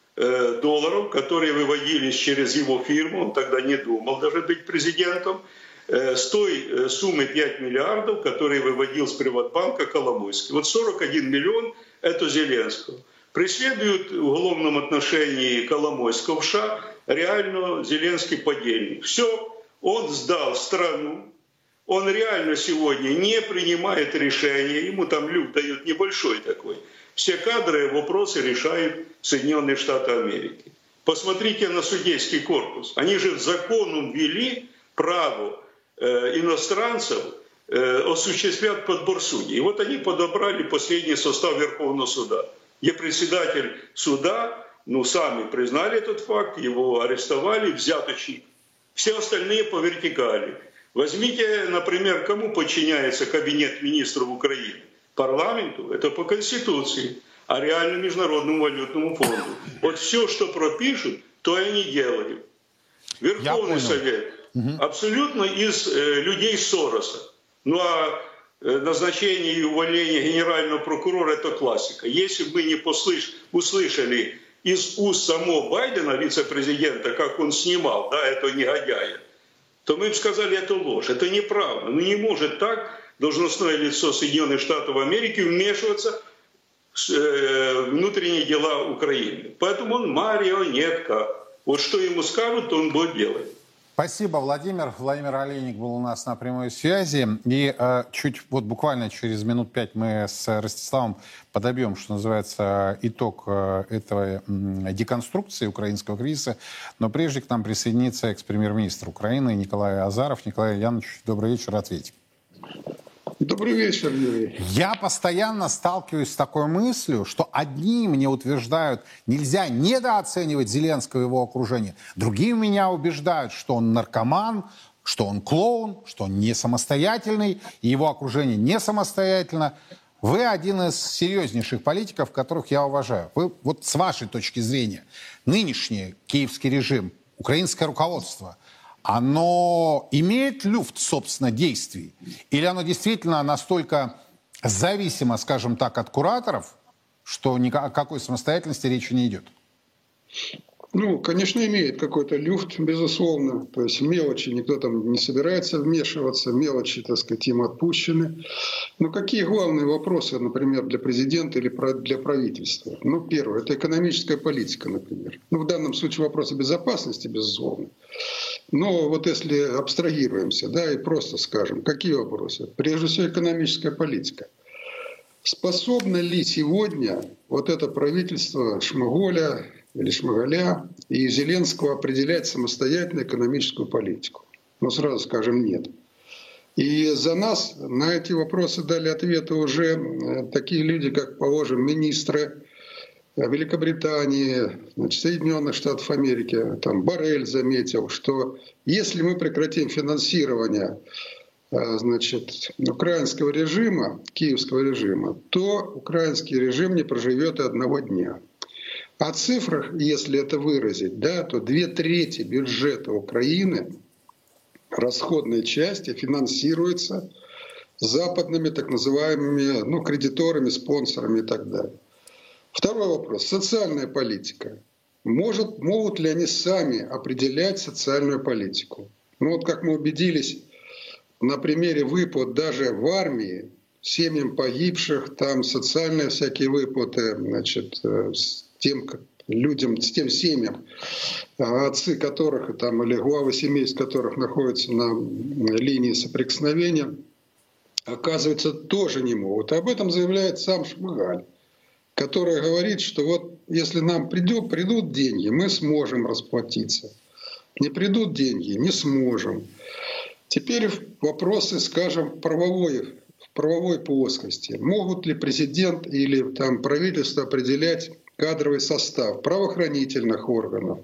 э, долларов, которые выводились через его фирму, он тогда не думал даже быть президентом, э, с той э, суммы пять миллиардов, которые выводил с Приватбанка Коломойский. Вот сорок один миллион – это Зеленского. Преследуют в уголовном отношении Коломойского в США, реально Зеленский подельник. Все, он сдал страну, он реально сегодня не принимает решения, ему там люк дают небольшой такой. Все кадры, вопросы решают Соединенные Штаты Америки. Посмотрите на судейский корпус. Они же законом ввели право э, иностранцев э, осуществлять подбор судей. И вот они подобрали последний состав Верховного суда, где председатель суда, ну, сами признали этот факт, его арестовали, взяточник. Все остальные по вертикали. Возьмите, например, кому подчиняется Кабинет министров Украины? Парламенту, это по Конституции, а реально Международному валютному фонду. Вот все, что пропишут, то и они делают. Верховный Совет абсолютно из э, людей Сороса. Ну а назначение и увольнение генерального прокурора – это классика. Если бы мы не послыш... услышали из уст самого Байдена, вице-президента, как он снимал, да, этого негодяя, то мы бы сказали, это ложь, это неправда. Ну не может так должностное лицо Соединенных Штатов Америки вмешиваться в э, внутренние дела Украины. Поэтому он марионетка. Вот что ему скажут, то он будет делать. Спасибо, Владимир. Владимир Олейник был у нас на прямой связи. И э, чуть, вот буквально через минут пять мы с Ростиславом подобьем, что называется, итог э, этой э, деконструкции украинского кризиса. Но прежде к нам присоединится экс-премьер-министр Украины Николай Азаров. Николай Янович, добрый вечер, ответьте. Добрый вечер, Юрий. Я постоянно сталкиваюсь с такой мыслью, что одни мне утверждают, нельзя недооценивать Зеленского и его окружение. Другие меня убеждают, что он наркоман, что он клоун, что он не самостоятельный, и его окружение не самостоятельно. Вы один из серьезнейших политиков, которых я уважаю. Вы, вот с вашей точки зрения, нынешний киевский режим, украинское руководство, оно имеет люфт, собственно, действий? Или оно действительно настолько зависимо, скажем так, от кураторов, что ни о какой самостоятельности речи не идет? Ну, конечно, имеет какой-то люфт, безусловно. То есть мелочи никто там не собирается вмешиваться, мелочи, так сказать, им отпущены. Но какие главные вопросы, например, для президента или для правительства? Ну, первое, это экономическая политика, например. Ну, в данном случае вопросы безопасности, безусловно. Но вот если абстрагируемся, да, и просто скажем, какие вопросы? Прежде всего, экономическая политика. Способно ли сегодня вот это правительство Шмыголя или Шмыгаля и Зеленского определять самостоятельно экономическую политику? Ну, сразу скажем, нет. И за нас на эти вопросы дали ответы уже такие люди, как, положим, министры Великобритании, значит, Соединенных Штатов Америки. Там Боррель заметил, что если мы прекратим финансирование, значит, украинского режима, киевского режима, то украинский режим не проживет и одного дня. О цифрах, если это выразить, да, то две трети бюджета Украины, расходной части, финансируется западными так называемыми, ну, кредиторами, спонсорами и так далее. Второй вопрос. Социальная политика. Может, могут ли они сами определять социальную политику? Ну вот как мы убедились на примере выплат даже в армии, семьям погибших, там социальные всякие выплаты, значит, с тем людям, с тем семьям, отцы которых там, или главы семейств которых находятся на линии соприкосновения, оказывается, тоже не могут. Об этом заявляет сам Шмыгаль, который говорит, что вот если нам придет, придут деньги, мы сможем расплатиться. Не придут деньги, не сможем. Теперь вопросы, скажем, правовой, в правовой плоскости. Могут ли президент или там правительство определять кадровый состав правоохранительных органов,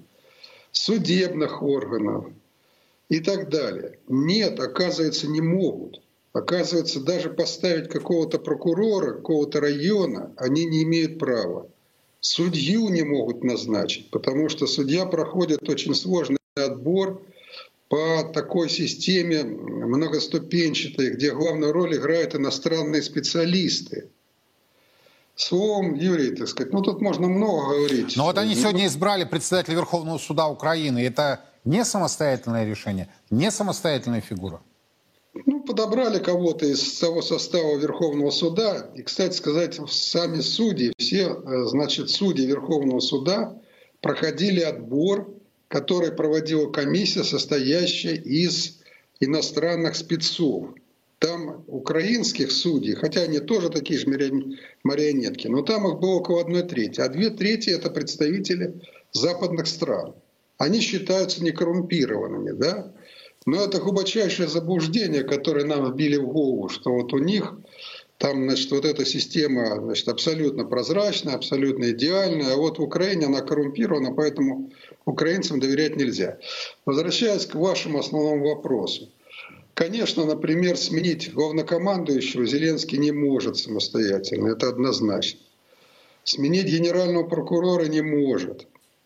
судебных органов и так далее? Нет, оказывается, не могут. Оказывается, даже поставить какого-то прокурора, какого-то района они не имеют права. Судью не могут назначить, потому что судья проходит очень сложный отбор по такой системе многоступенчатой, где главную роль играют иностранные специалисты. Словом, Юрий, так сказать, ну тут можно много говорить. Но вот они сегодня избрали председателя Верховного суда Украины. Это не самостоятельное решение, не самостоятельная фигура? Ну, подобрали кого-то из того состава Верховного суда. И, кстати сказать, сами судьи, все, значит, судьи Верховного суда проходили отбор, который проводила комиссия, состоящая из иностранных спецов. Там украинских судей, хотя они тоже такие же марионетки, но там их было около одной трети. А две трети — это представители западных стран. Они считаются некоррумпированными, да? Но это глубочайшее заблуждение, которое нам вбили в голову, что вот у них там, значит, вот эта система, значит, абсолютно прозрачная, абсолютно идеальная, а вот в Украине она коррумпирована, поэтому украинцам доверять нельзя. Возвращаясь к вашему основному вопросу. Конечно, например, сменить главнокомандующего Зеленский не может самостоятельно, это однозначно. Сменить генерального прокурора не может.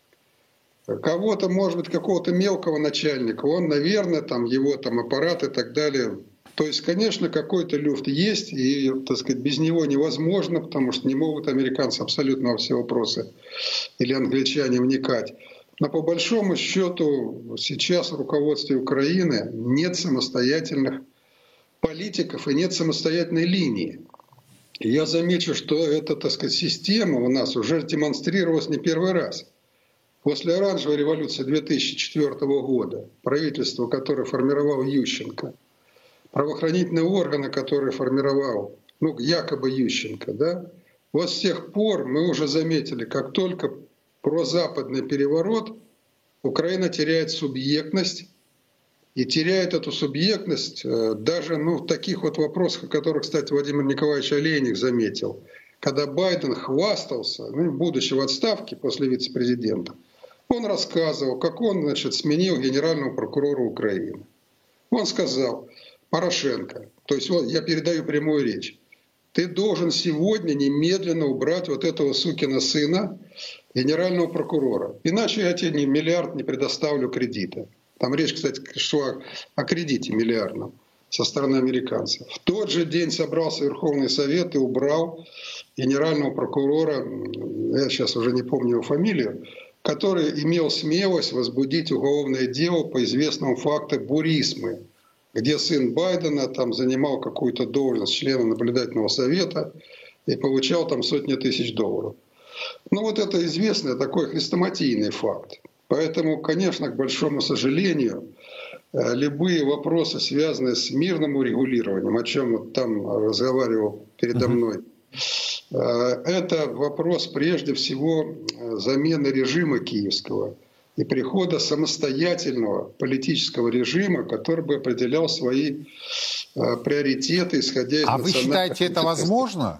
Кого-то, может быть, какого-то мелкого начальника, он, наверное, там его там аппарат и так далее. То есть, конечно, какой-то люфт есть, и, так сказать, без него невозможно, потому что не могут американцы абсолютно во все вопросы или англичане вникать. Но по большому счету сейчас в руководстве Украины нет самостоятельных политиков и нет самостоятельной линии. И я замечу, что эта, так сказать, система у нас уже демонстрировалась не первый раз. После оранжевой революции две тысячи четвёртого года, правительство, которое формировал Ющенко, правоохранительные органы, которые формировал, ну, якобы Ющенко, да, вот с тех пор мы уже заметили, как только прозападный переворот, Украина теряет субъектность, и теряет эту субъектность даже, ну, в таких вот вопросах, о которых, кстати, Владимир Николаевич Олейник заметил, когда Байден хвастался, ну, будучи в отставке после вице-президента, он рассказывал, как он, значит, сменил генерального прокурора Украины. Он сказал: Порошенко, то есть вот я передаю прямую речь, ты должен сегодня немедленно убрать вот этого сукина сына, генерального прокурора. Иначе я тебе ни миллиард не предоставлю кредита. Там речь, кстати, шла о кредите миллиардном со стороны американцев. В тот же день собрался Верховный Совет и убрал генерального прокурора, я сейчас уже не помню его фамилию, который имел смелость возбудить уголовное дело по известному факту Бурисмы, где сын Байдена там занимал какую-то должность члена наблюдательного совета и получал там сотни тысяч долларов. Ну вот это известный такой хрестоматийный факт. Поэтому, конечно, к большому сожалению, любые вопросы, связанные с мирным урегулированием, о чем вот там разговаривал передо мной, это вопрос прежде всего замены режима киевского и прихода самостоятельного политического режима, который бы определял свои приоритеты, исходя из а национальных... А вы считаете, это возможно?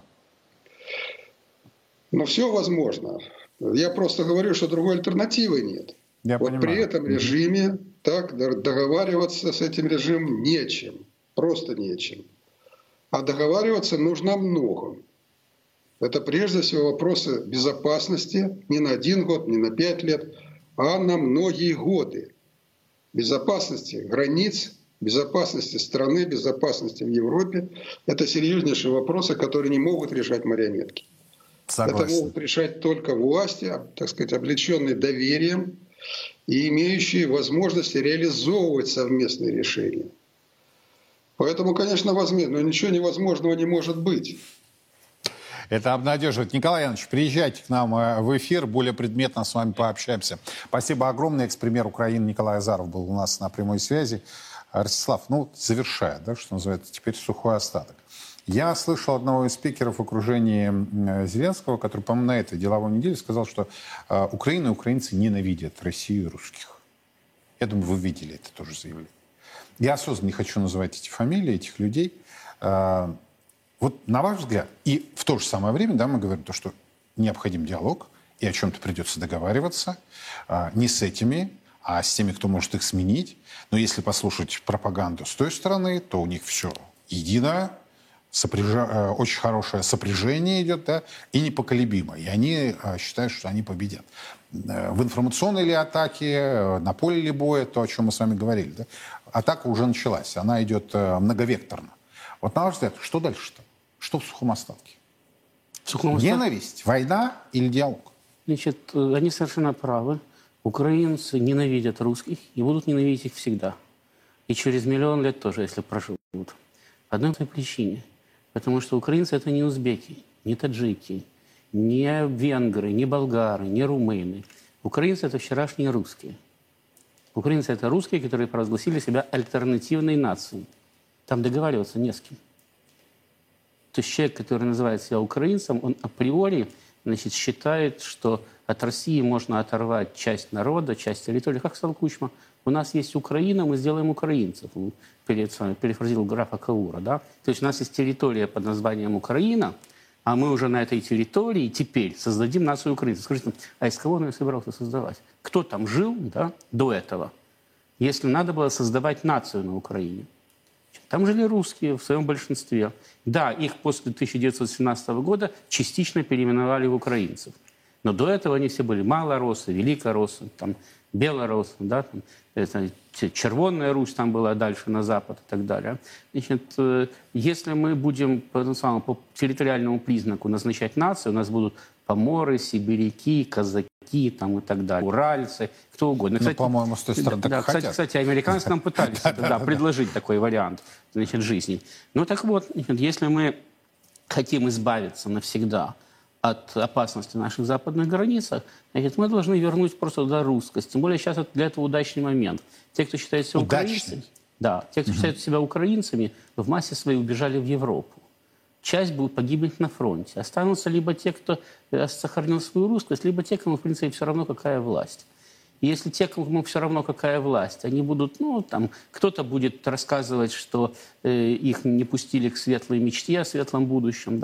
Ну, все возможно. Я просто говорю, что другой альтернативы нет. Я вот понимаю. При этом режиме так договариваться с этим режимом нечем. Просто нечем. А договариваться нужно о многом. Это прежде всего вопросы безопасности не на один год, не на пять лет, а на многие годы. Безопасности границ, безопасности страны, безопасности в Европе. Это серьезнейшие вопросы, которые не могут решать марионетки. Согласен. Это могут решать только власти, так сказать, облеченные доверием и имеющие возможность реализовывать совместные решения. Поэтому, конечно, возможно, но ничего невозможного не может быть. Это обнадеживает. Николай Янович, приезжайте к нам в эфир, более предметно с вами пообщаемся. Спасибо огромное. Экс-премьер Украины Николай Азаров был у нас на прямой связи. Ростислав, ну, завершая, да, что называется, теперь сухой остаток. Я слышал одного из спикеров в окружении Зеленского, который, по-моему, на этой деловой неделе сказал, что э, Украина и украинцы ненавидят Россию и русских. Я думаю, вы видели это тоже заявление. Я осознанно не хочу называть эти фамилии, этих людей. Э, вот на ваш взгляд, и в то же самое время, да, мы говорим, то, что необходим диалог, и о чем-то придется договариваться, э, не с этими, а с теми, кто может их сменить. Но если послушать пропаганду с той стороны, то у них все едино. Сопряжа... Очень хорошее сопряжение идет, да, и непоколебимо. И они считают, что они победят. В информационной ли атаке, на поле ли боя, то, о чем мы с вами говорили, да, атака уже началась, она идет многовекторно. Вот на ваш взгляд, что дальше-то? Что в сухом остатке? В сухом остатке? Ненависть, война или диалог? Значит, они совершенно правы. Украинцы ненавидят русских и будут ненавидеть их всегда. И через миллион лет тоже, если проживут. По одной причине. Потому что украинцы – это не узбеки, не таджики, не венгры, не болгары, не румыны. Украинцы – это вчерашние русские. Украинцы – это русские, которые провозгласили себя альтернативной нацией. Там договариваться не с кем. То есть человек, который называет себя украинцем, он априори, значит, считает, что от России можно оторвать часть народа, часть территории. Как сказал Кучма, у нас есть Украина, мы сделаем украинцев. Он перефразировал графа Каура. Да? То есть у нас есть территория под названием Украина, а мы уже на этой территории теперь создадим нацию украинцев. Скажите, а из кого он ее собирался создавать? Кто там жил, да, до этого, если надо было создавать нацию на Украине? Там жили русские в своем большинстве. Да, их после тысяча девятьсот семнадцатого года частично переименовали в украинцев. Но до этого они все были малороссы, великороссы, там, белороссы, да, там, это, Червонная Русь там была дальше на запад и так далее. Значит, если мы будем по, самому, по территориальному признаку назначать нацию, у нас будут поморы, сибиряки, казаки там, и так далее, уральцы, кто угодно. Кстати, ну, по-моему, с той стороны да, так кстати, хотят. Кстати, американцы нам пытались предложить такой вариант, значит, жизни. Ну так вот, если мы хотим избавиться навсегда от опасности в наших западных границах, значит, мы должны вернуть просто туда русскость. Тем более сейчас это для этого удачный момент. Те, кто считает себя Удачный. украинцами, да, те, кто угу. считают себя украинцами, в массе своей убежали в Европу. Часть будет погибнуть на фронте. Останутся либо те, кто сохранил свою русскость, либо те, кому, в принципе, все равно, какая власть. И если те, кому все равно, какая власть, они будут, ну, там, кто-то будет рассказывать, что э, их не пустили к светлой мечте о светлом будущем, да,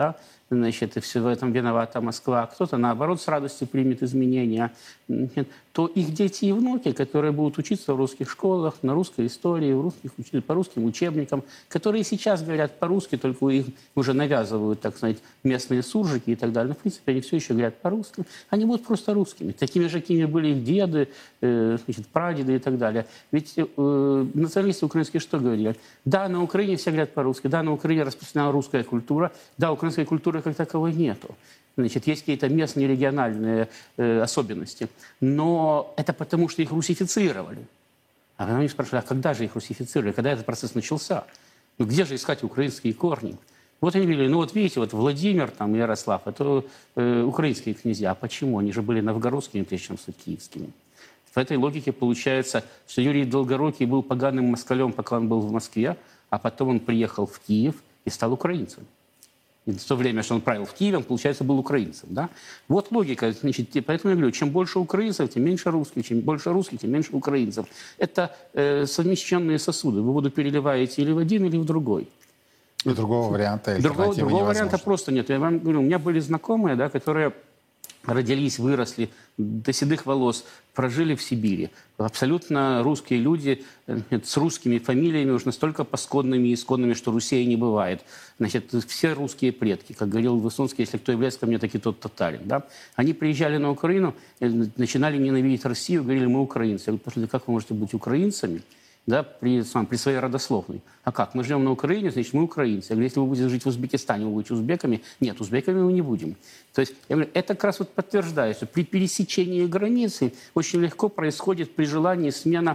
значит, и все в этом виновата Москва, кто-то, наоборот, с радостью примет изменения, то их дети и внуки, которые будут учиться в русских школах, на русской истории, в русских, по русским учебникам, которые сейчас говорят по-русски, только их уже навязывают, так сказать, местные суржики и так далее. Но, в принципе, они все еще говорят по-русски. Они будут просто русскими, такими же, какими были их деды, э, значит, прадеды и так далее. Ведь э, националисты украинские что говорили? Да, на Украине все говорят по-русски, да, на Украине распространена русская культура, да, украинской культуры как таковой нету. Значит, есть какие-то местные региональные э, особенности. Но это потому, что их русифицировали. А когда они спрашивали, а когда же их русифицировали, когда этот процесс начался? Ну, где же искать украинские корни? Вот они говорили, ну вот видите, вот Владимир там, и Ярослав, это э, украинские князья. А почему? Они же были новгородскими, прежде чем стать киевскими. В этой логике получается, что Юрий Долгорукий был поганым москалем, пока он был в Москве, а потом он приехал в Киев и стал украинцем. И в то время, что он правил в Киеве, он, получается, был украинцем. Да? Вот логика. Значит, поэтому я говорю, чем больше украинцев, тем меньше русских. Чем больше русских, тем меньше украинцев. Это э, совмещенные сосуды. Вы воду переливаете или в один, или в другой. И другого варианта Другого, другого варианта просто нет. Я вам говорю, у меня были знакомые, да, которые родились, выросли до седых волос, прожили в Сибири. Абсолютно русские люди с русскими фамилиями, уж настолько пасконными и исконными, что Русей не бывает. Значит, все русские предки, как говорил Высоцкий, если кто является ко мне, так и тот татарин. Да? Они приезжали на Украину, начинали ненавидеть Россию, говорили, мы украинцы. Я говорю, как вы можете быть украинцами? Да, при, сам, при своей родословной. А как? Мы живем на Украине, значит, мы украинцы. Я говорю, если вы будете жить в Узбекистане, вы будете узбеками. Нет, узбеками мы не будем. То есть, я говорю, это как раз вот подтверждает, что при пересечении границы очень легко происходит при желании смена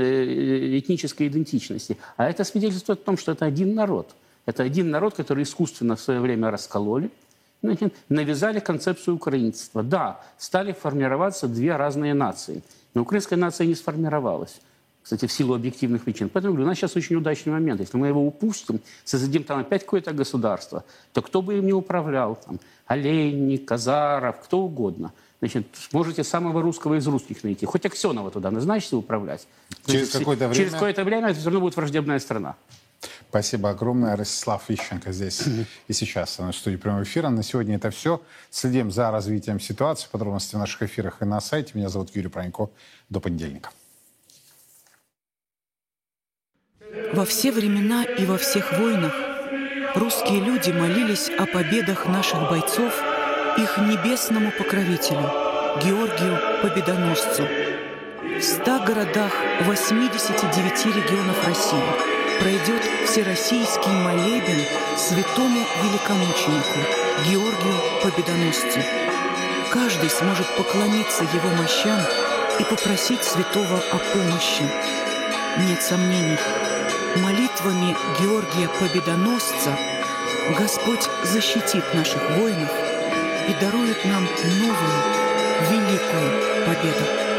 э, этнической идентичности. А это свидетельствует о том, что это один народ. Это один народ, который искусственно в свое время раскололи, значит, навязали концепцию украинства. Да, стали формироваться две разные нации. Но украинская нация не сформировалась. Кстати, в силу объективных причин. Поэтому, говорю, у нас сейчас очень удачный момент. Если мы его упустим, создадим там опять какое-то государство, то кто бы им не управлял, там, Олейник, Казаров, кто угодно. Значит, можете самого русского из русских найти. Хоть Аксенова туда назначите управлять. Через какое-то время... Через какое-то время это все равно будет враждебная страна. Спасибо огромное. Ростислав Ищенко здесь и сейчас в студии прямого эфира. На сегодня это все. Следим за развитием ситуации. Подробности в наших эфирах и на сайте. Меня зовут Юрий Пронько. До понедельника. Во все времена и во всех войнах русские люди молились о победах наших бойцов их небесному покровителю, Георгию Победоносцу. В ста городах восьмидесяти девяти регионов России пройдет всероссийский молебен святому великомученику Георгию Победоносцу. Каждый сможет поклониться его мощам и попросить святого о помощи. Нет сомнений, молитвами Георгия Победоносца Господь защитит наших воинов и дарует нам новую, великую победу.